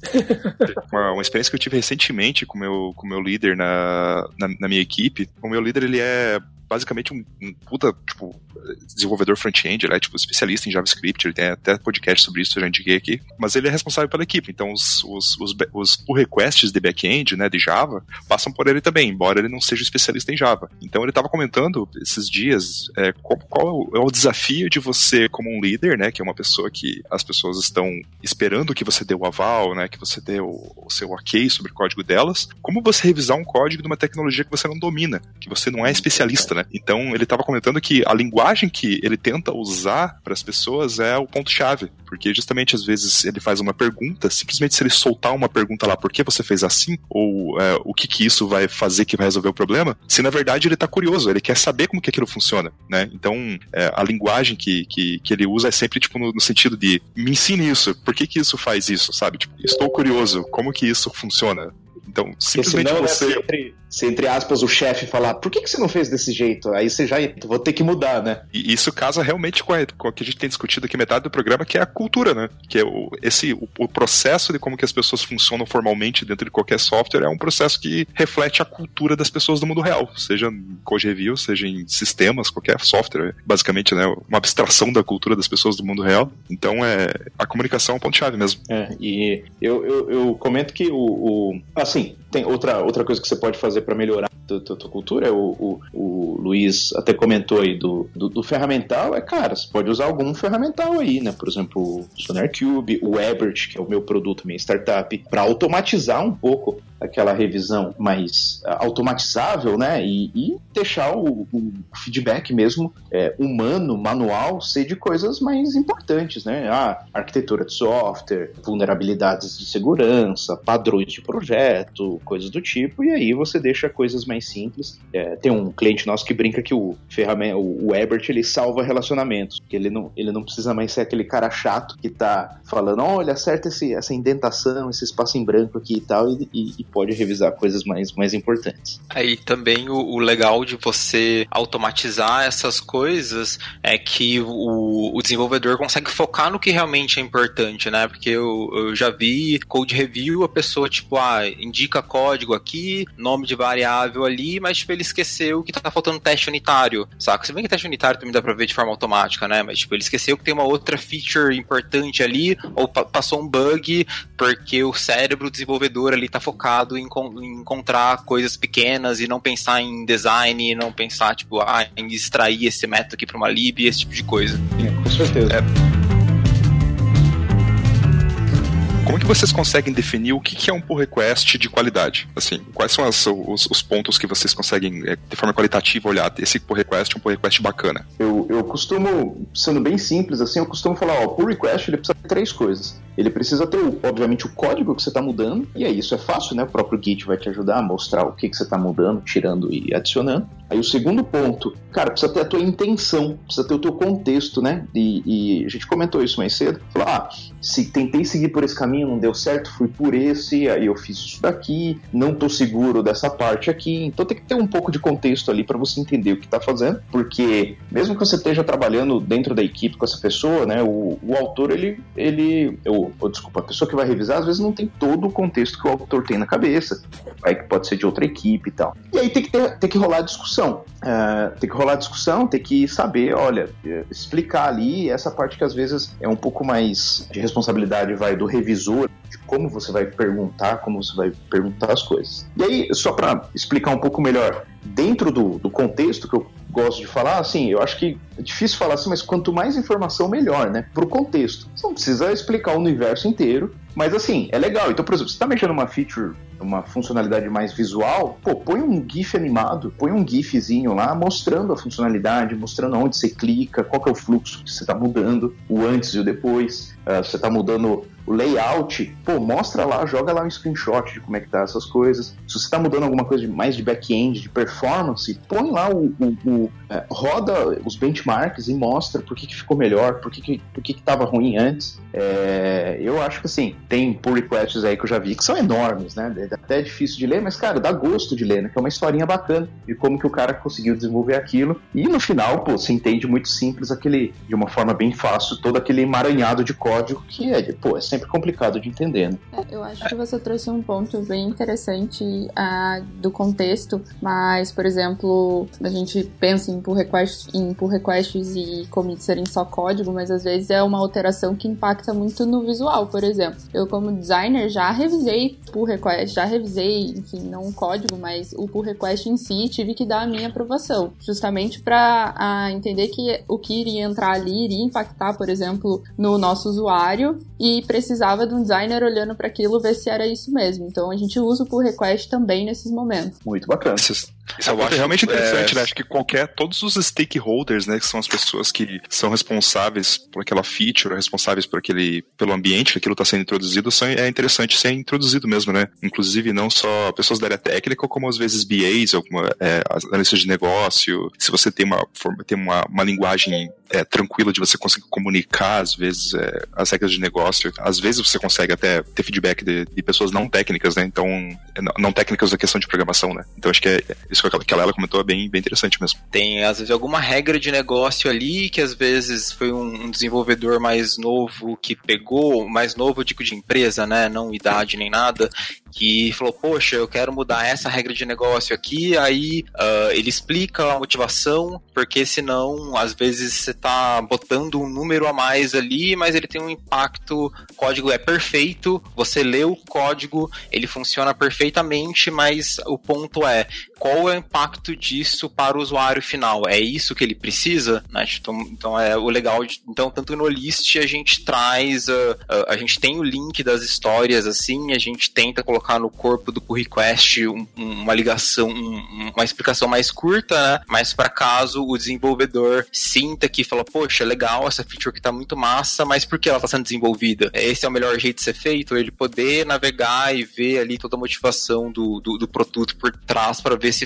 Uma experiência que eu tive recentemente com o meu líder na minha equipe. O meu líder, ele é basicamente um puta, tipo, desenvolvedor front-end, ele é, tipo, especialista em JavaScript, ele tem até podcast sobre isso, eu já indiquei aqui, mas ele é responsável pela equipe, então os pull requests de back-end, né, de Java, passam por ele também, embora ele não seja especialista em Java. Então ele estava comentando esses dias qual é o desafio de você como um líder, né, que é uma pessoa que as pessoas estão esperando que você dê o aval, né, que você dê o seu ok sobre o código delas, como você revisar um código de uma tecnologia que você não domina, que você não é especialista, né? Então ele estava comentando que a linguagem que ele tenta usar para as pessoas é o ponto-chave, porque justamente às vezes ele faz uma pergunta, simplesmente se ele soltar uma pergunta lá, por que você fez assim? Ou o que isso vai fazer que vai resolver o problema? Se na verdade ele está curioso, ele quer saber como que aquilo funciona, né? Então a linguagem que ele usa é sempre tipo no sentido de me ensine isso, por que isso faz isso, sabe? Tipo, estou curioso, como que isso funciona? Então, simplesmente senão, você... Se, entre aspas, o chefe falar, por que você não fez desse jeito? Aí você já vou ter que mudar, né? E isso casa realmente com o que a gente tem discutido aqui metade do programa, que é a cultura, né? Que é o processo de como que as pessoas funcionam formalmente dentro de qualquer software é um processo que reflete a cultura das pessoas do mundo real, seja em code review, seja em sistemas, qualquer software, basicamente, né? Uma abstração da cultura das pessoas do mundo real. Então, a comunicação é um ponto-chave mesmo. E eu comento que assim, tem outra coisa que você pode fazer para melhorar a tua cultura, o Luiz até comentou aí do ferramental, cara, você pode usar algum ferramental aí, né? Por exemplo, o SonarQube, o Ebert, que é o meu produto, minha startup, para automatizar um pouco aquela revisão mais automatizável, né? E deixar o feedback mesmo humano, manual, ser de coisas mais importantes, né? Arquitetura de software, vulnerabilidades de segurança, padrões de projeto, coisas do tipo, e aí você deixa coisas mais simples. Tem um cliente nosso que brinca que o Ebert, ele salva relacionamentos, porque ele não precisa mais ser aquele cara chato que tá falando, olha, acerta essa indentação, esse espaço em branco aqui e tal, e pode revisar coisas mais importantes. Aí também o legal de você automatizar essas coisas é que o desenvolvedor consegue focar no que realmente é importante, né? Porque eu já vi code review, a pessoa, tipo, indica código aqui, nome de variável ali, mas, tipo, ele esqueceu que tá faltando teste unitário, saca? Se bem que teste unitário também dá pra ver de forma automática, né? Mas, tipo, ele esqueceu que tem uma outra feature importante ali, ou passou um bug, porque o cérebro desenvolvedor ali tá focado em encontrar coisas pequenas e não pensar em design, e não pensar, tipo, em extrair esse método aqui pra uma lib, esse tipo de coisa. Com certeza. Como que vocês conseguem definir o que é um pull request de qualidade? Assim, quais são os pontos que vocês conseguem, de forma qualitativa, olhar? Esse pull request é um pull request bacana. Eu costumo, sendo bem simples, assim, eu costumo falar, pull request, ele precisa ter 3 coisas. Ele precisa ter, obviamente, o código que você está mudando, e aí isso é fácil, né? O próprio Git vai te ajudar a mostrar o que você está mudando, tirando e adicionando. Aí o segundo ponto, cara, precisa ter a tua intenção, precisa ter o teu contexto, né? E a gente comentou isso mais cedo. Falou, se tentei seguir por esse caminho, não deu certo, fui por esse, aí eu fiz isso daqui, não tô seguro dessa parte aqui. Então tem que ter um pouco de contexto ali para você entender o que tá fazendo, porque mesmo que você esteja trabalhando dentro da equipe com essa pessoa, né? O autor, a pessoa que vai revisar, às vezes não tem todo o contexto que o autor tem na cabeça, aí que pode ser de outra equipe e tal. E aí tem que rolar discussão. Tem que saber, explicar ali essa parte que às vezes é um pouco mais de responsabilidade do revisor, de como você vai perguntar as coisas. E aí, só para explicar um pouco melhor, dentro do contexto que eu gosto de falar, assim, eu acho que é difícil falar assim, mas quanto mais informação, melhor, né? Pro contexto. Você não precisa explicar o universo inteiro, mas assim, é legal. Então, por exemplo, você tá mexendo numa feature, uma funcionalidade mais visual, põe um GIF animado, põe um GIFzinho lá, mostrando a funcionalidade, mostrando onde você clica, qual que é o fluxo que você tá mudando, o antes e o depois. Você tá mudando o layout, mostra lá, joga lá um screenshot de como é que tá essas coisas. Se você tá mudando alguma coisa mais de back-end, de performance, põe lá roda os benchmarks e mostra por que ficou melhor, por que tava ruim antes. Eu acho que assim, tem pull requests aí que eu já vi que são enormes, né? Até é difícil de ler, mas cara, dá gosto de ler, né? Que é uma historinha bacana de como que o cara conseguiu desenvolver aquilo. E no final, você entende muito simples de uma forma bem fácil, todo aquele emaranhado de código que é sempre complicado de entender, né? Eu acho que você trouxe um ponto bem interessante do contexto, mas, por exemplo, a gente pensa em pull requests e commits serem só código, mas às vezes é uma alteração que impacta muito no visual, por exemplo. Eu, como designer, já revisei pull request, enfim, não o código, mas o pull request em si, tive que dar a minha aprovação, justamente para entender que o que iria entrar ali iria impactar, por exemplo, no nosso usuário, e precisava de um designer olhando para aquilo, ver se era isso mesmo. Então a gente usa o pull request também nesses momentos. Muito bacana. Isso eu acho realmente interessante, né? Acho que todos os stakeholders, né, que são as pessoas que são responsáveis por aquela feature, responsáveis pelo ambiente que aquilo está sendo introduzido, é interessante ser introduzido mesmo, né? Inclusive não só pessoas da área técnica, como às vezes BAs, analistas de negócio. Se você tem uma linguagem tranquila de você conseguir comunicar, às vezes, as regras de negócio, às vezes você consegue até ter feedback de pessoas não técnicas, né? Então, não técnicas da questão de programação, né? Então acho que isso que a Lela comentou é bem interessante mesmo. Tem, às vezes, alguma regra de negócio ali que, às vezes, foi um desenvolvedor mais novo que pegou, mais novo, eu digo de empresa, né? Não idade nem nada, que falou, poxa, eu quero mudar essa regra de negócio aqui, aí ele explica a motivação, porque senão, às vezes, você tá botando um número a mais ali, mas ele tem um impacto, o código é perfeito, você lê o código, ele funciona perfeitamente, mas o ponto é, qual é o impacto disso para o usuário final? É isso que ele precisa? Né? Então é o legal. Então, tanto no List a gente traz, a gente tem o link das histórias, assim, a gente tenta colocar no corpo do pull request uma ligação, uma explicação mais curta, né? Mas para caso o desenvolvedor sinta que fala, poxa, legal, essa feature que tá muito massa, mas por que ela tá sendo desenvolvida? Esse é o melhor jeito de ser feito, ele poder navegar e ver ali toda a motivação do produto por trás para ver se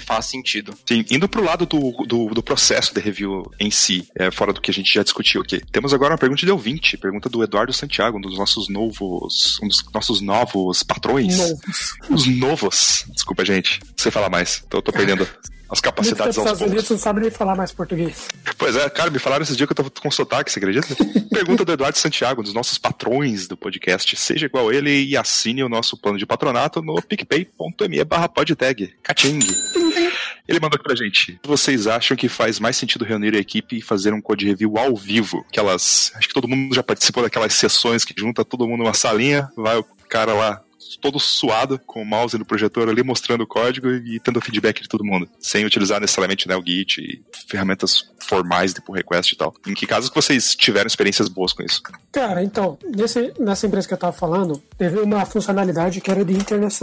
faz sentido. Sim, indo pro lado do processo de review em si, fora do que a gente já discutiu aqui. Temos agora uma pergunta de ouvinte, pergunta do Eduardo Santiago, um dos nossos novos patrões. Os novos. Desculpa, gente. Não sei falar mais. Tô perdendo as capacidades aos poucos. Você não sabe nem falar mais português. Pois é, cara, me falaram esses dias que eu tava com sotaque, você acredita? Pergunta do Eduardo Santiago, um dos nossos patrões do podcast. Seja igual ele e assine o nosso plano de patronato no picpay.me/podtag. Cating. Ele mandou aqui pra gente. Vocês acham que faz mais sentido reunir a equipe e fazer um code review ao vivo? Acho que todo mundo já participou daquelas sessões que junta todo mundo numa salinha, vai o cara lá todo suado, com o mouse no projetor ali, mostrando o código e tendo feedback de todo mundo, sem utilizar necessariamente, né, o Git e ferramentas formais de pull request e tal. Em que casos que vocês tiveram experiências boas com isso? Cara, então, nessa empresa que eu tava falando, teve uma funcionalidade que era de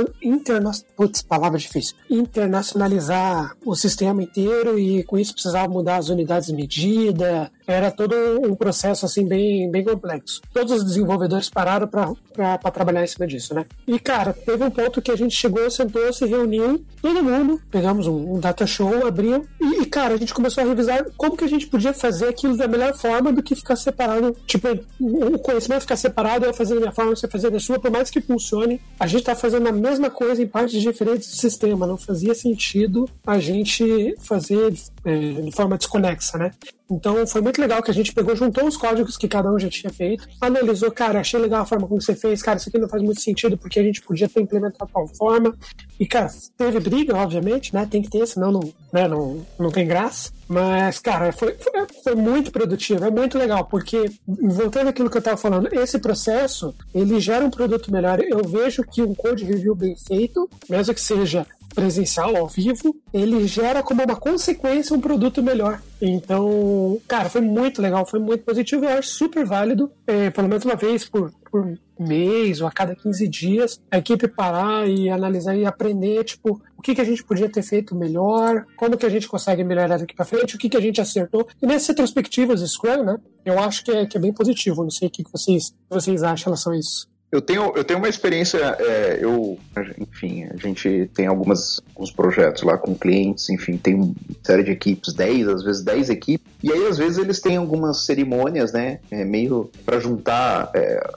internacionalizar o sistema inteiro, e com isso precisava mudar as unidades de medida. Era todo um processo assim bem complexo. Todos os desenvolvedores pararam para trabalhar em cima disso, né? E, cara, teve um ponto que a gente chegou, sentou, se reuniu, todo mundo, pegamos um data show, abriu, e, cara, a gente começou a revisar como que a gente podia fazer aquilo da melhor forma do que ficar separado. Tipo, o conhecimento ficar separado, eu fazer da minha forma, você fazer da sua, por mais que funcione, a gente tá fazendo a mesma coisa em partes diferentes do sistema. Não fazia sentido a gente fazer de forma desconexa, né? Então foi muito legal que a gente juntou os códigos que cada um já tinha feito, analisou, cara, achei legal a forma como você fez, cara, isso aqui não faz muito sentido porque a gente podia ter implementado de tal forma. E, cara, teve briga, obviamente, né? Tem que ter, senão não tem graça. Mas, cara, foi muito produtivo, é muito legal, porque, voltando àquilo que eu tava falando, esse processo, ele gera um produto melhor. Eu vejo que um code review bem feito, mesmo que seja presencial, ao vivo, ele gera como uma consequência um produto melhor. Então, cara, foi muito legal, foi muito positivo, eu acho super válido, pelo menos uma vez por mês ou a cada 15 dias, a equipe parar e analisar e aprender, tipo, o que a gente podia ter feito melhor, como que a gente consegue melhorar daqui pra frente, o que a gente acertou. E nessas retrospectivas Scrum, né, eu acho que é bem positivo. Não sei o que vocês acham em relação a isso. Eu tenho uma experiência, enfim, a gente tem alguns projetos lá com clientes, enfim, tem uma série de equipes, 10, às vezes 10 equipes, e aí às vezes eles têm algumas cerimônias, né, meio para juntar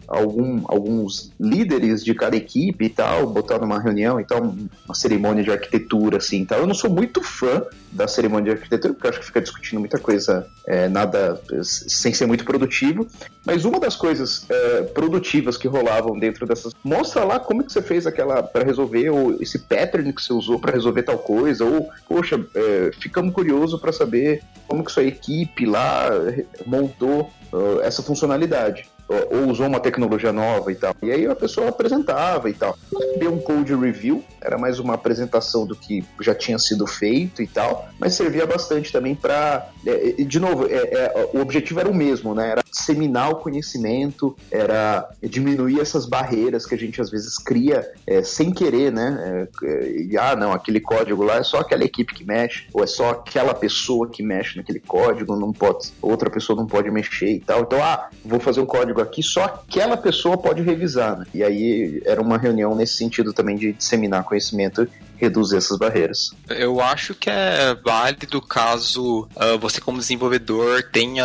alguns líderes de cada equipe e tal, botar numa reunião e tal, uma cerimônia de arquitetura, assim, tal. Eu não sou muito fã da cerimônia de arquitetura, porque eu acho que fica discutindo muita coisa, nada, sem ser muito produtivo, mas uma das coisas produtivas que rolavam dentro dessas, mostra lá como que você fez aquela para resolver, ou esse pattern que você usou para resolver tal coisa, ou, poxa, ficamos curiosos para saber como que sua equipe lá montou essa funcionalidade, ou usou uma tecnologia nova e tal. E aí a pessoa apresentava e tal. Deu um code review, era mais uma apresentação do que já tinha sido feito e tal, mas servia bastante também para, de novo, o objetivo era o mesmo, né? Era disseminar o conhecimento, era diminuir essas barreiras que a gente às vezes cria sem querer, né? Não, aquele código lá é só aquela equipe que mexe, ou é só aquela pessoa que mexe naquele código, outra pessoa não pode mexer e tal. Então, vou fazer um código aqui, só aquela pessoa pode revisar, né? E aí era uma reunião nesse sentido também de disseminar conhecimento, reduzir essas barreiras. Eu acho que é válido caso você como desenvolvedor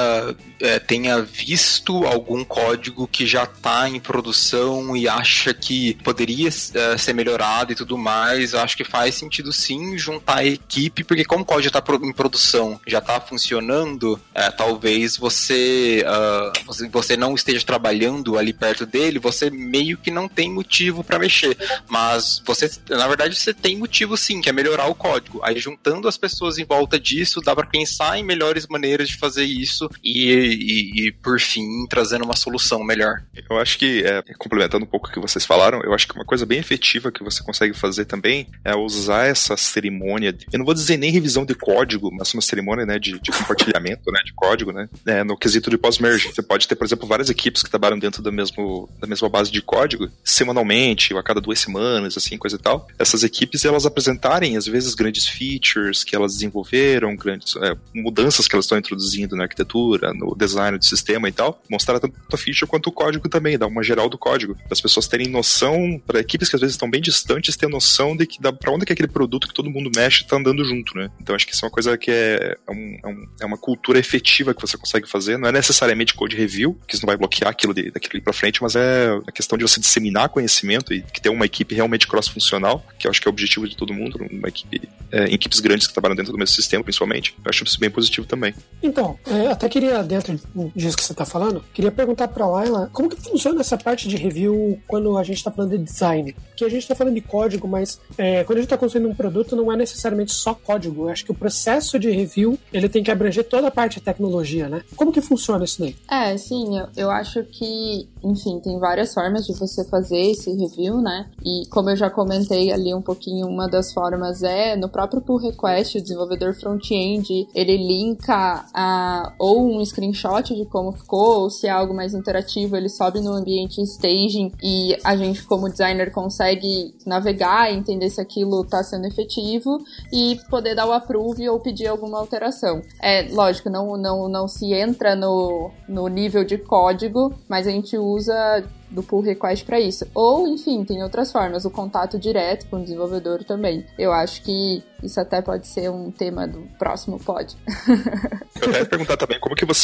tenha visto algum código que já está em produção e acha que poderia ser melhorado e tudo mais. Eu acho que faz sentido sim juntar a equipe, porque como o código já está em produção, já está funcionando, talvez você não esteja trabalhando ali perto dele, você meio que não tem motivo para mexer, mas na verdade você tem motivo sim, que é melhorar o código. Aí juntando as pessoas em volta disso, dá para pensar em melhores maneiras de fazer isso e por fim, trazendo uma solução melhor. Eu acho que, complementando um pouco o que vocês falaram, eu acho que uma coisa bem efetiva que você consegue fazer também é usar essa cerimônia, eu não vou dizer nem revisão de código, mas uma cerimônia, né, de compartilhamento, né, de código, né, no quesito de pós-merge. Você pode ter, por exemplo, várias equipes que trabalham dentro da mesma base de código, semanalmente, ou a cada 2 semanas, assim, coisa e tal. Essas equipes, elas apresentarem, às vezes, grandes features que elas desenvolveram, grandes mudanças que elas estão introduzindo na arquitetura, no design do sistema e tal, mostrar tanto a feature quanto o código também, dar uma geral do código, para as pessoas terem noção, para equipes que às vezes estão bem distantes, ter noção de que para onde que aquele produto que todo mundo mexe está andando junto, né? Então acho que isso é uma coisa que é uma cultura efetiva que você consegue fazer, não é necessariamente code review, que isso não vai bloquear daquilo ali para frente, mas é a questão de você disseminar conhecimento e ter uma equipe realmente cross-funcional, que eu acho que é o objetivo de todo mundo, uma equipe, em equipes grandes que trabalham dentro do mesmo sistema, principalmente. Eu acho isso bem positivo também. Então, até queria, dentro disso que você está falando, queria perguntar para a Laila, como que funciona essa parte de review quando a gente está falando de design? Porque a gente está falando de código, mas quando a gente está construindo um produto, não é necessariamente só código. Eu acho que o processo de review, ele tem que abranger toda a parte de tecnologia, né? Como que funciona isso daí? Sim, eu acho que, enfim, tem várias formas de você fazer esse review, né? E como eu já comentei ali um pouquinho, uma das formas é no próprio pull request, o desenvolvedor front-end, ele linka ou um screenshot de como ficou, ou se é algo mais interativo, ele sobe no ambiente staging e a gente, como designer, consegue navegar e entender se aquilo está sendo efetivo e poder dar o approve ou pedir alguma alteração. Lógico, não se entra no nível de código, mas a gente usa do pull request para isso. Ou, enfim, tem outras formas, o contato direto com o desenvolvedor também. Eu acho que isso até pode ser um tema do próximo pod. Eu até ia perguntar também o que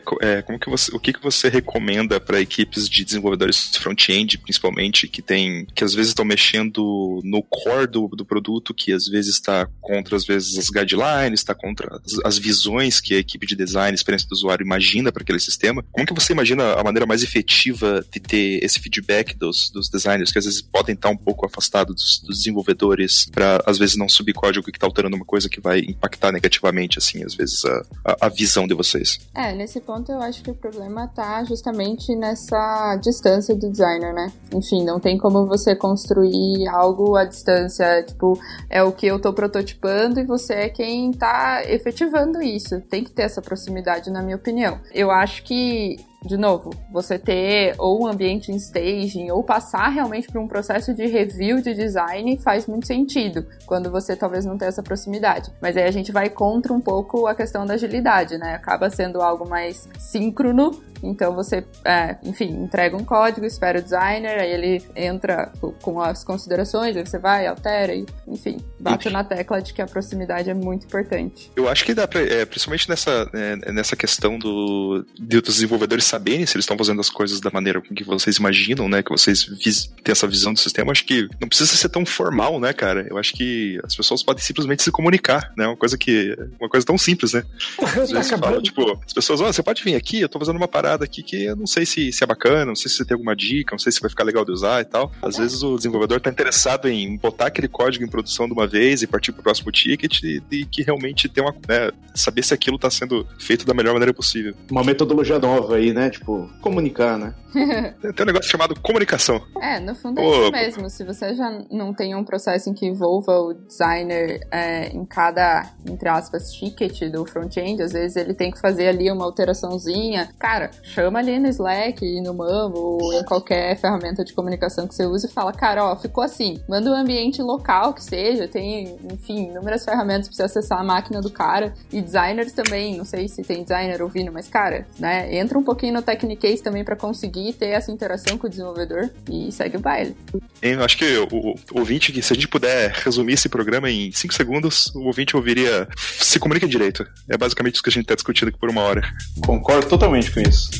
você recomenda para equipes de desenvolvedores front-end, principalmente, que às vezes estão mexendo no core do produto, que às vezes está contra, às vezes, as guidelines, está contra as visões que a equipe de design, experiência do usuário imagina para aquele sistema. Como que você imagina a maneira mais efetiva de ter esse feedback dos designers, que às vezes podem estar um pouco afastados dos desenvolvedores, para às vezes não subir código que está alterando uma coisa que vai impactar negativamente, assim, às vezes a visão de vocês? Nesse ponto eu acho que o problema tá justamente nessa distância do designer, né? Enfim, não tem como você construir algo à distância, tipo, é o que eu tô prototipando e você é quem tá efetivando isso. Tem que ter essa proximidade, na minha opinião. Eu acho que, de novo, você ter ou um ambiente em staging ou passar realmente por um processo de review de design faz muito sentido, quando você talvez não tenha essa proximidade. Mas aí a gente vai contra um pouco a questão da agilidade, né? Acaba sendo algo mais síncrono, então você, enfim, entrega um código, espera o designer, aí ele entra com as considerações, aí você vai, altera e, enfim, bate na tecla de que a proximidade é muito importante. Eu acho que dá pra, principalmente nessa questão dos desenvolvedores saberem se eles estão fazendo as coisas da maneira com que vocês imaginam, né, que vocês têm essa visão do sistema, eu acho que não precisa ser tão formal, né, cara? Eu acho que as pessoas podem simplesmente se comunicar, né, uma coisa tão simples, né? Às vezes fala, tipo, as pessoas, você pode vir aqui, eu tô fazendo uma parada aqui que eu não sei se é bacana, não sei se você tem alguma dica, não sei se vai ficar legal de usar e tal. Às vezes o desenvolvedor tá interessado em botar aquele código em produção de uma vez e partir pro próximo ticket e que realmente tem saber se aquilo tá sendo feito da melhor maneira possível. Uma metodologia nova aí, né? Tipo, comunicar, né? Tem um negócio chamado comunicação. No fundo é isso mesmo. Se você já não tem um processo em que envolva o designer em cada, entre aspas, ticket do front-end, às vezes ele tem que fazer ali uma alteraçãozinha. Cara, chama ali no Slack, no Mambo, ou em qualquer ferramenta de comunicação que você use e fala, cara, ficou assim. Manda um ambiente local que seja, tem, enfim, inúmeras ferramentas pra você acessar a máquina do cara. E designers também, não sei se tem designer ouvindo, mas, cara, né, entra um pouquinho no Technicase também pra conseguir ter essa interação com o desenvolvedor e segue o baile. Eu acho que o ouvinte, que se a gente puder resumir esse programa em 5 segundos, o ouvinte ouviria: se comunica direito. É basicamente isso que a gente tá discutindo aqui por 1 hora. Concordo totalmente com isso.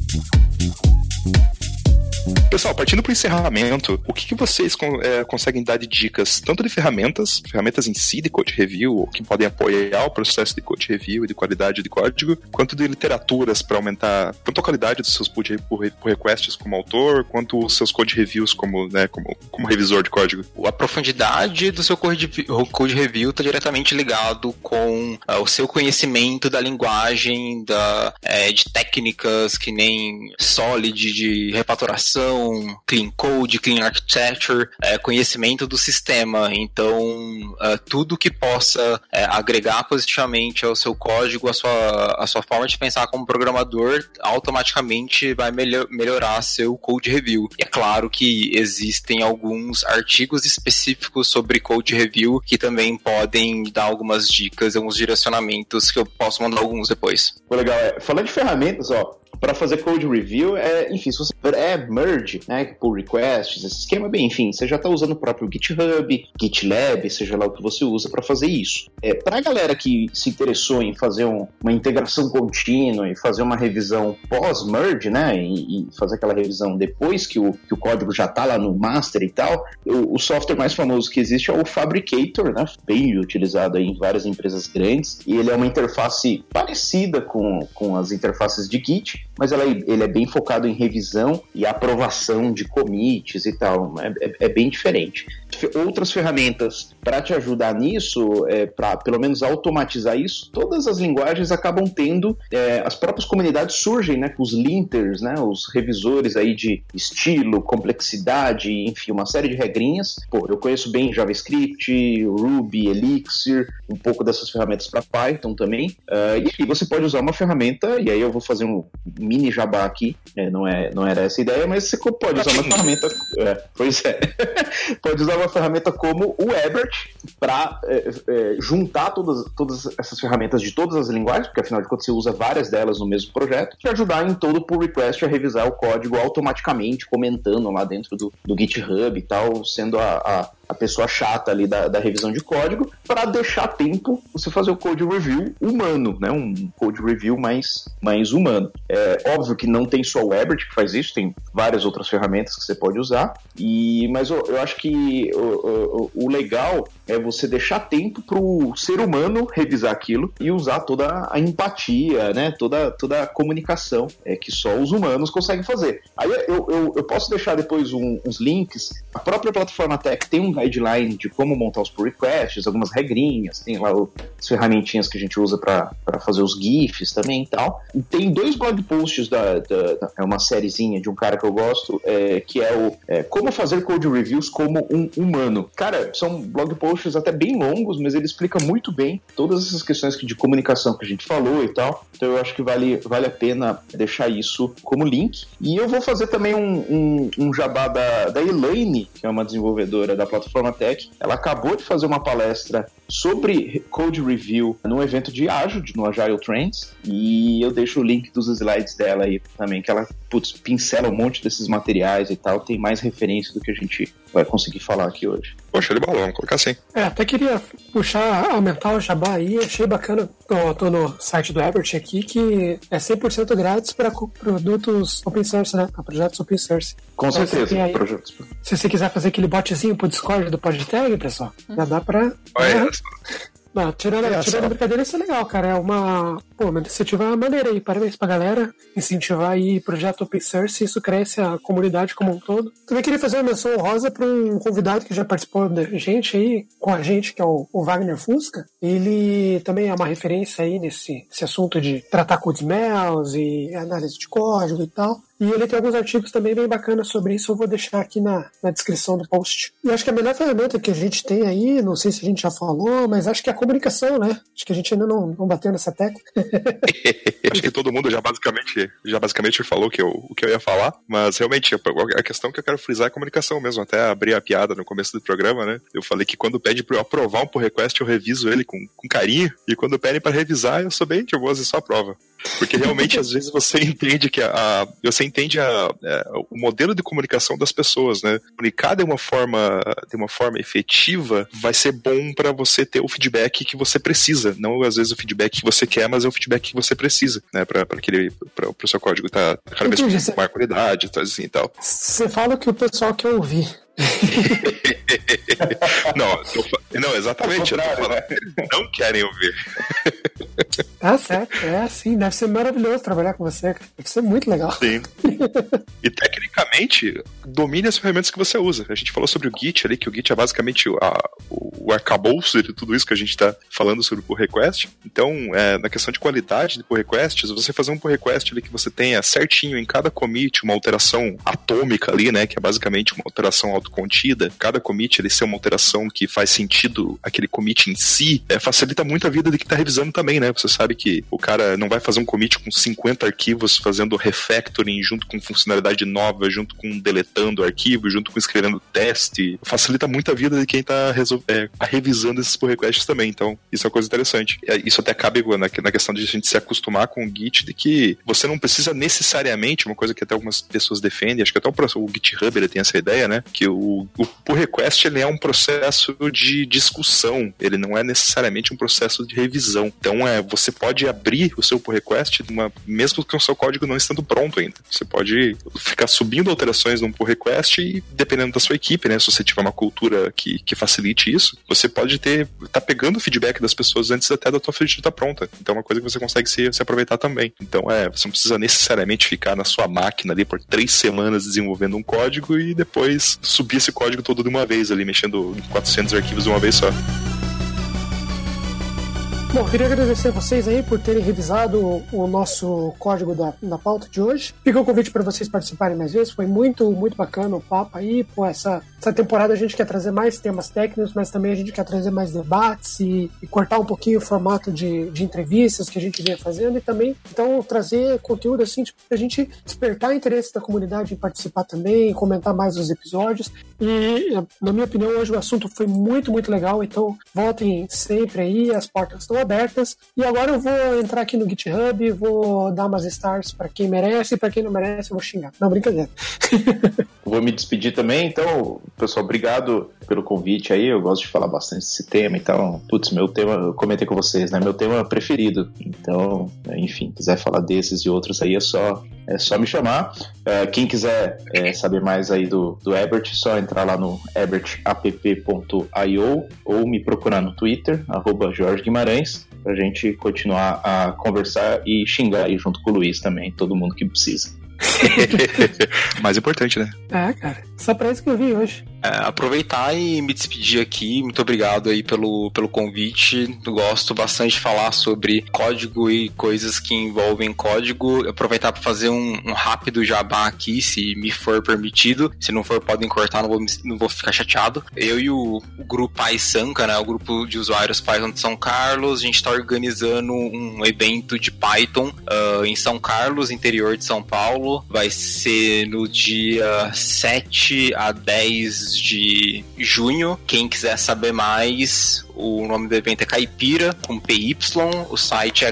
Pessoal, partindo para o encerramento, o que vocês conseguem dar de dicas, tanto de ferramentas em si, de code review, ou que podem apoiar o processo de code review e de qualidade de código, quanto de literaturas para aumentar tanto a qualidade dos seus pull requests como autor, quanto os seus code reviews como revisor de código? A profundidade do seu code review está diretamente ligado com o seu conhecimento da linguagem, de técnicas que nem Solid, de refatoração, documentação, clean code, clean architecture, conhecimento do sistema. Então, tudo que possa agregar positivamente ao seu código, a sua forma de pensar como programador, automaticamente vai melhorar seu code review. E é claro que existem alguns artigos específicos sobre code review que também podem dar algumas dicas, alguns direcionamentos que eu posso mandar alguns depois. Legal, falando de ferramentas, para fazer code review, enfim, se você merge, né, pull requests, esse esquema, bem, enfim, você já está usando o próprio GitHub, GitLab, seja lá o que você usa para fazer isso. Para a galera que se interessou em fazer uma integração contínua e fazer uma revisão pós-merge, né, e fazer aquela revisão depois que o código já está lá no master e tal, o software mais famoso que existe é o Fabricator, né, bem utilizado aí em várias empresas grandes, e ele é uma interface parecida com as interfaces de Git, mas ele é bem focado em revisão e aprovação de commits e tal, é bem diferente. Outras ferramentas para te ajudar nisso, para pelo menos automatizar isso, todas as linguagens acabam tendo, as próprias comunidades surgem, né, com os linters, né, os revisores aí de estilo, complexidade, enfim, uma série de regrinhas. Eu conheço bem JavaScript, Ruby, Elixir, um pouco dessas ferramentas para Python também, e você pode usar uma ferramenta, e aí eu vou fazer um mini jabá aqui, não era essa a ideia, mas você pode usar uma ferramenta, pode usar uma ferramenta como o Ebert para juntar todas essas ferramentas de todas as linguagens, porque afinal de contas você usa várias delas no mesmo projeto, e ajudar em todo pull request a revisar o código automaticamente, comentando lá dentro do GitHub e tal, sendo a pessoa chata ali da revisão de código, para deixar tempo você fazer o code review humano, né? Um code review mais humano. Óbvio que não tem só o Ebert que faz isso, tem várias outras ferramentas que você pode usar, mas eu acho que o legal é você deixar tempo para o ser humano revisar aquilo e usar toda a empatia, né? Toda a comunicação que só os humanos conseguem fazer. Aí eu posso deixar depois uns links. A própria plataforma Tech tem um guideline de como montar os pull requests, algumas regrinhas, tem lá as ferramentinhas que a gente usa para fazer os GIFs também e tal. E tem 2 blog posts é uma sériezinha de um cara que eu gosto, que é como fazer code reviews como um humano. Cara, são blog posts até bem longos, mas ele explica muito bem todas essas questões de comunicação que a gente falou e tal. Então eu acho que vale a pena deixar isso como link. E eu vou fazer também um jabá da Elaine, que é uma desenvolvedora da plataforma Tech. Ela acabou de fazer uma palestra sobre code review num evento de Agile, no Agile Trends, e eu deixo o link dos slides dela aí também, que ela pincela um monte desses materiais e tal, tem mais referência do que a gente vai conseguir falar aqui hoje. Poxa, ele balão, vamos colocar assim. Até queria aumentar o jabá aí, achei bacana, eu tô no site do Ebert aqui, que é 100% grátis para produtos open source, né? Para projetos open source. Com então, certeza, aí, projetos. Se você quiser fazer aquele botzinho pro Discord do PodTag, pessoal, já dá pra... Não, tirando a brincadeira, isso é legal, cara. É uma iniciativa maneira aí. Parabéns pra galera. Incentivar aí projeto open source, isso cresce a comunidade como um todo. Também queria fazer uma menção honrosa para um convidado que já participou da gente aí, com a gente, que é o Wagner Fusca. Ele também é uma referência aí nesse assunto de tratar code smells e análise de código e tal. E ele tem alguns artigos também bem bacanas sobre isso, eu vou deixar aqui na descrição do post. E acho que a melhor ferramenta que a gente tem aí, não sei se a gente já falou, mas acho que é a comunicação, né? Acho que a gente ainda não bateu nessa tecla. Acho que todo mundo já basicamente falou o que eu ia falar, mas realmente a questão que eu quero frisar é a comunicação mesmo. Até abrir a piada no começo do programa, né? Eu falei que quando pede pra eu aprovar um pull request, eu reviso ele com carinho, e quando pedem pra revisar, eu sou bem, eu vou fazer só a prova. Porque realmente, às vezes, você entende que o modelo de comunicação das pessoas, né? Comunicar de uma forma efetiva vai ser bom para você ter o feedback que você precisa. Não, às vezes, o feedback que você quer, mas é o feedback que você precisa, né? Para o seu código tá cada vez com maior qualidade, assim, e tal. Você fala o que o pessoal quer ouvir. Não, exatamente. Eu tô falando, eles não querem ouvir. Tá certo, é assim, deve ser maravilhoso trabalhar com você, cara. Deve ser muito legal. Sim. E tecnicamente, domine as ferramentas que você usa. A gente falou sobre o Git ali, que o Git é basicamente o arcabouço de tudo isso que a gente tá falando sobre o pull request. Então, na questão de qualidade de pull requests, você fazer um pull request ali que você tenha certinho em cada commit uma alteração atômica ali, né, que é basicamente uma alteração autocontida. Cada commit ele ser uma alteração que faz sentido aquele commit em si, facilita muito a vida de quem tá revisando também, né? Você sabe que o cara não vai fazer um commit com 50 arquivos fazendo refactoring junto com funcionalidade nova, junto com deletando arquivo, junto com escrevendo teste. Facilita muito a vida de quem tá revisando esses pull requests também. Então, isso é uma coisa interessante. Isso até cabe na questão de a gente se acostumar com o Git, de que você não precisa necessariamente, uma coisa que até algumas pessoas defendem, acho que até o GitHub ele tem essa ideia, né? Que o pull request ele é um processo de discussão, ele não é necessariamente um processo de revisão. Então, você pode abrir o seu pull request mesmo que o seu código não estando pronto ainda. Você pode ficar subindo alterações num pull request e, dependendo da sua equipe, né? Se você tiver uma cultura que facilite isso, você pode tá pegando o feedback das pessoas antes até da tua feature estar pronta. Então é uma coisa que você consegue se aproveitar também. Então você não precisa necessariamente ficar na sua máquina ali por 3 semanas desenvolvendo um código e depois subir esse código todo de uma vez ali, mexendo em 400 arquivos de uma vez só. Bom, queria agradecer a vocês aí por terem revisado o nosso código da pauta de hoje. Fica o convite para vocês participarem mais vezes. Foi muito, muito bacana o papo aí. Pô, essa temporada a gente quer trazer mais temas técnicos, mas também a gente quer trazer mais debates e cortar um pouquinho o formato de entrevistas que a gente vinha fazendo e também, então, trazer conteúdo assim, tipo, pra gente despertar o interesse da comunidade em participar também, comentar mais os episódios. E, na minha opinião, hoje o assunto foi muito, muito legal. Então, voltem sempre aí, as portas estão abertas. E agora eu vou entrar aqui no GitHub, vou dar umas stars pra quem merece, e pra quem não merece eu vou xingar. Não, brincadeira. Vou me despedir também, então, pessoal, obrigado pelo convite aí, eu gosto de falar bastante desse tema, então, meu tema, eu comentei com vocês, né, meu tema preferido, então, enfim, quiser falar desses e outros aí, é só me chamar. Quem quiser saber mais aí do Ebert, só entrar lá no ebertapp.io ou me procurar no Twitter, @Jorge Guimarães, pra gente continuar a conversar e xingar aí junto com o Luiz também, todo mundo que precisa. Mais importante, né? Cara, só pra isso que eu vim hoje. Aproveitar e me despedir aqui. Muito obrigado aí pelo convite. Eu gosto bastante de falar sobre código e coisas que envolvem código. Aproveitar para fazer um rápido jabá aqui, se me for permitido. Se não for, podem cortar, não vou ficar chateado. Eu e o grupo PySanca, né, o grupo de usuários Python de São Carlos, a gente está organizando um evento de Python em São Carlos, interior de São Paulo. Vai ser no dia 7 a 10 de junho. Quem quiser saber mais, o nome do evento é Caipira, com PY. O site é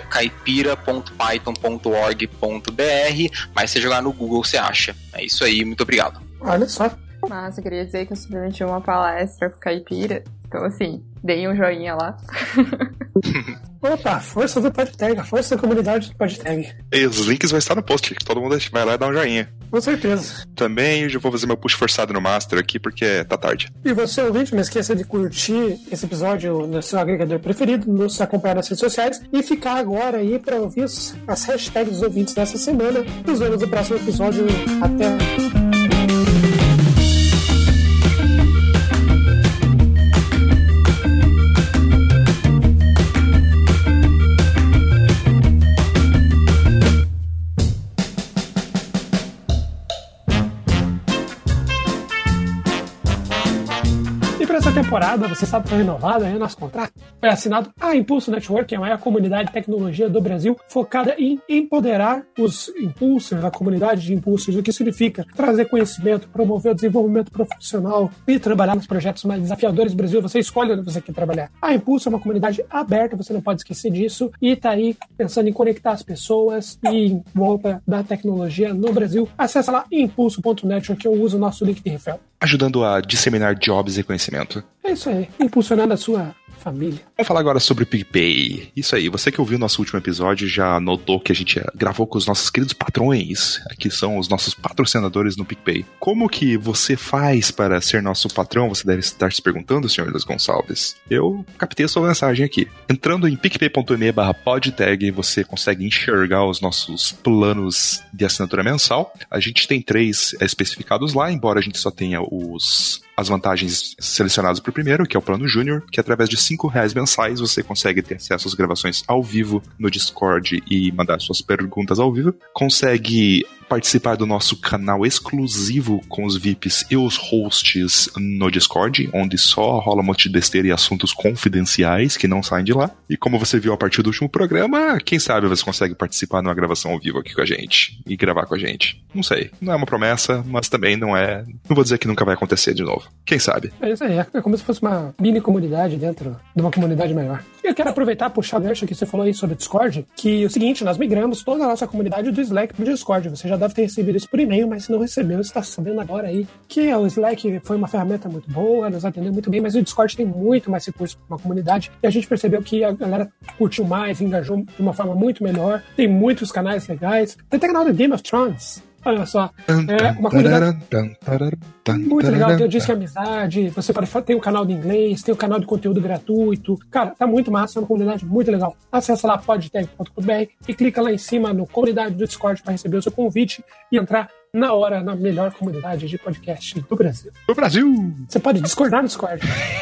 caipira.python.org.br, mas se jogar no Google você acha. É isso aí, muito obrigado. Olha só. Mas eu queria dizer que eu submeti uma palestra pro Caipira. Então, assim, deem um joinha lá. Opa, força do PodTag, força da comunidade do PodTag. E os links vão estar no post, todo mundo vai lá e dá um joinha. Com certeza. Também eu já vou fazer meu push forçado no Master aqui, porque tá tarde. E você, ouvinte, não esqueça de curtir esse episódio no seu agregador preferido, nos acompanhar nas redes sociais e ficar agora aí pra ouvir as hashtags dos ouvintes dessa semana. Nos vemos no próximo episódio. Até... temporada, você sabe, foi renovado aí o nosso contrato. Foi assinado a Impulso Network, que é a maior comunidade de tecnologia do Brasil, focada em empoderar os impulsors, a comunidade de impulsors, o que significa trazer conhecimento, promover o desenvolvimento profissional e trabalhar nos projetos mais desafiadores do Brasil. Você escolhe onde você quer trabalhar. A Impulso é uma comunidade aberta, você não pode esquecer disso, e tá aí pensando em conectar as pessoas e em volta da tecnologia no Brasil. Acesse lá impulso.network, que eu uso o nosso link de referral. Ajudando a disseminar jobs e conhecimento. É isso aí, impulsionando a sua família. Vamos falar agora sobre o PicPay. Isso aí, você que ouviu o nosso último episódio já notou que a gente gravou com os nossos queridos patrões, que são os nossos patrocinadores no PicPay. Como que você faz para ser nosso patrão? Você deve estar se perguntando, senhor Luiz Gonçalves. Eu captei a sua mensagem aqui. Entrando em picpay.me/podtag, você consegue enxergar os nossos planos de assinatura mensal. A gente tem 3 especificados lá, embora a gente só tenha as vantagens selecionadas para o primeiro, que é o plano Júnior, que através de R$5 mensais você consegue ter acesso às gravações ao vivo no Discord e mandar suas perguntas ao vivo. Consegue participar do nosso canal exclusivo com os VIPs e os hosts no Discord, onde só rola um monte de besteira e assuntos confidenciais que não saem de lá. E como você viu a partir do último programa, quem sabe você consegue participar numa gravação ao vivo aqui com a gente e gravar com a gente. Não sei, não é uma promessa, mas também não vou dizer que nunca vai acontecer de novo. Quem sabe? É isso aí, é como se fosse uma mini comunidade dentro de uma comunidade maior. Eu quero aproveitar e puxar o gancho que você falou aí sobre o Discord, que é o seguinte, nós migramos toda a nossa comunidade do Slack pro Discord. Você já deve ter recebido isso por e-mail, mas se não recebeu, você está sabendo agora aí que o Slack foi uma ferramenta muito boa, nos atendeu muito bem, mas o Discord tem muito mais recursos para uma comunidade e a gente percebeu que a galera curtiu mais, engajou de uma forma muito melhor, tem muitos canais legais, tem até canal do Game of Thrones. Olha só, é uma comunidade muito legal, tem o Disque Amizade, você pode ter um canal de inglês, tem um canal de conteúdo gratuito, cara, tá muito massa, é uma comunidade muito legal. Acessa lá podtag.com.br e clica lá em cima no comunidade do Discord para receber o seu convite e entrar na hora na melhor comunidade de podcast do Brasil. Do Brasil! Você pode discordar no Discord.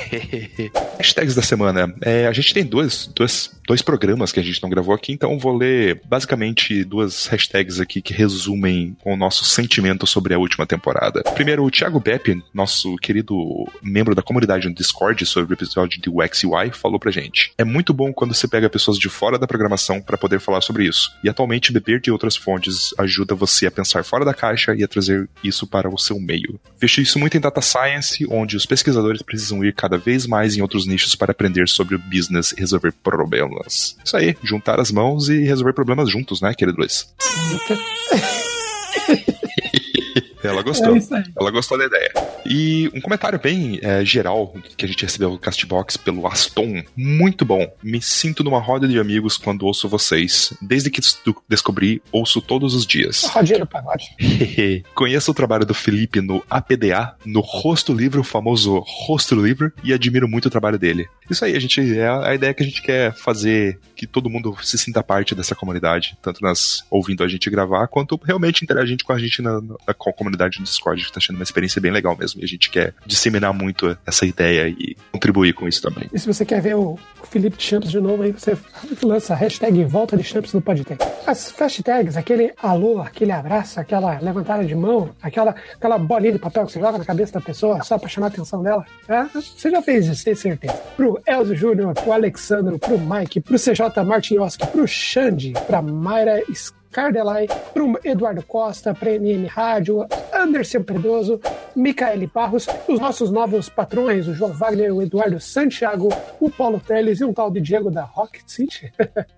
Hashtags da semana. A gente tem dois programas que a gente não gravou aqui, então vou ler basicamente 2 hashtags aqui que resumem o nosso sentimento sobre a última temporada. Primeiro, o Thiago Beppe, nosso querido membro da comunidade no Discord sobre o episódio de UX UI, falou pra gente: é muito bom quando você pega pessoas de fora da programação para poder falar sobre isso. E atualmente beber de outras fontes ajuda você a pensar fora da caixa e a trazer isso para o seu meio. Vejo isso muito em Data Science, onde os pesquisadores precisam ir cada vez mais em outros nichos para aprender sobre o business e resolver problemas. Isso aí, juntar as mãos e resolver problemas juntos, né, querido Luiz? Ela gostou. Ela gostou da ideia. E um comentário bem geral que a gente recebeu no Castbox pelo Aston. Muito bom. Me sinto numa roda de amigos quando ouço vocês. Desde que descobri, ouço todos os dias. Rodinha do pagode. Conheço o trabalho do Felipe no APDA, no Rosto Livre, o famoso Rosto Livre, e admiro muito o trabalho dele. Isso aí, é a ideia que a gente quer fazer, que todo mundo se sinta parte dessa comunidade, tanto nas ouvindo a gente gravar, quanto realmente interagindo com a gente na comunidade no Discord, que tá achando uma experiência bem legal mesmo, e a gente quer disseminar muito essa ideia e contribuir com isso também. E se você quer ver o Felipe Champs de novo, aí você lança a hashtag Volta de Champs no Podtag. As hashtags, aquele alô, aquele abraço, aquela levantada de mão, aquela bolinha de papel que você joga na cabeça da pessoa só pra chamar a atenção dela, você já fez isso, tenho certeza. Pro Elzo Júnior, pro Alexandro, pro Mike, pro CJ Martinowski, pro Xande, pra Mayra Cardelai, pro Eduardo Costa, pra NM Rádio, Anderson Perdoso, Micaele Barros, os nossos novos patrões, o João Wagner, o Eduardo Santiago, o Paulo Teles e um tal de Diego da Rocket City.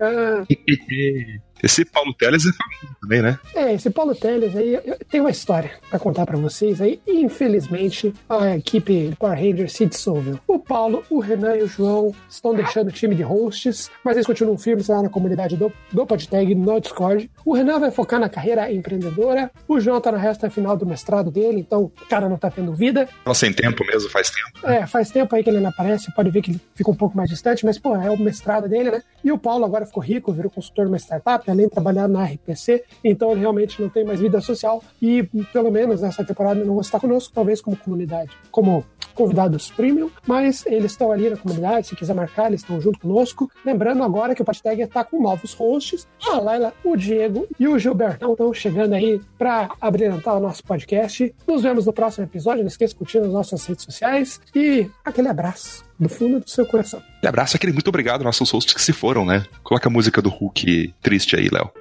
Esse Paulo Teles é famoso também, né? Esse Paulo Teles aí, eu tenho uma história pra contar pra vocês aí. Infelizmente, a equipe do Power Rangers se dissolveu. O Paulo, o Renan e o João estão deixando o time de hosts, mas eles continuam firmes lá na comunidade do Podtag, no Discord. O Renan vai focar na carreira empreendedora. O João tá na reta final do mestrado dele, então o cara não tá tendo vida. Não, sem tempo mesmo, faz tempo. Faz tempo aí que ele não aparece, pode ver que ele fica um pouco mais distante, mas, é o mestrado dele, né? E o Paulo agora ficou rico, virou consultor numa startup, além de trabalhar na RPC, então ele realmente não tem mais vida social e, pelo menos nessa temporada, ele não vai estar conosco, talvez como comunidade, como convidados premium, mas eles estão ali na comunidade, se quiser marcar, eles estão junto conosco. Lembrando agora que o Podtag está com novos hosts, a Laila, o Diego e o Gilbertão estão chegando aí para abrilhantar o nosso podcast. Nos vemos no próximo episódio, não esqueça de curtir nas nossas redes sociais e aquele abraço do fundo do seu coração. E abraço, aquele muito obrigado aos nossos hosts que se foram, né? Coloca a música do Hulk triste aí, Léo.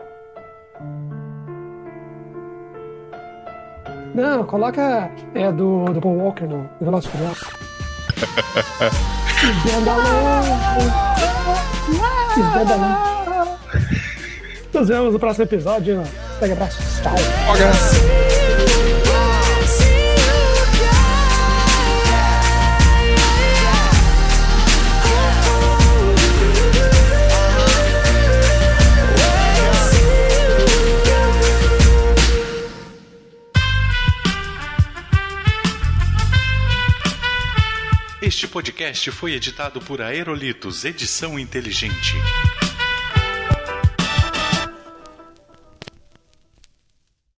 Não, coloca do Paul Walker no Velozes e Furiosos. Nos vemos no próximo episódio. Pega abraço. Tchau. Este podcast foi editado por Aerolitos Edição Inteligente.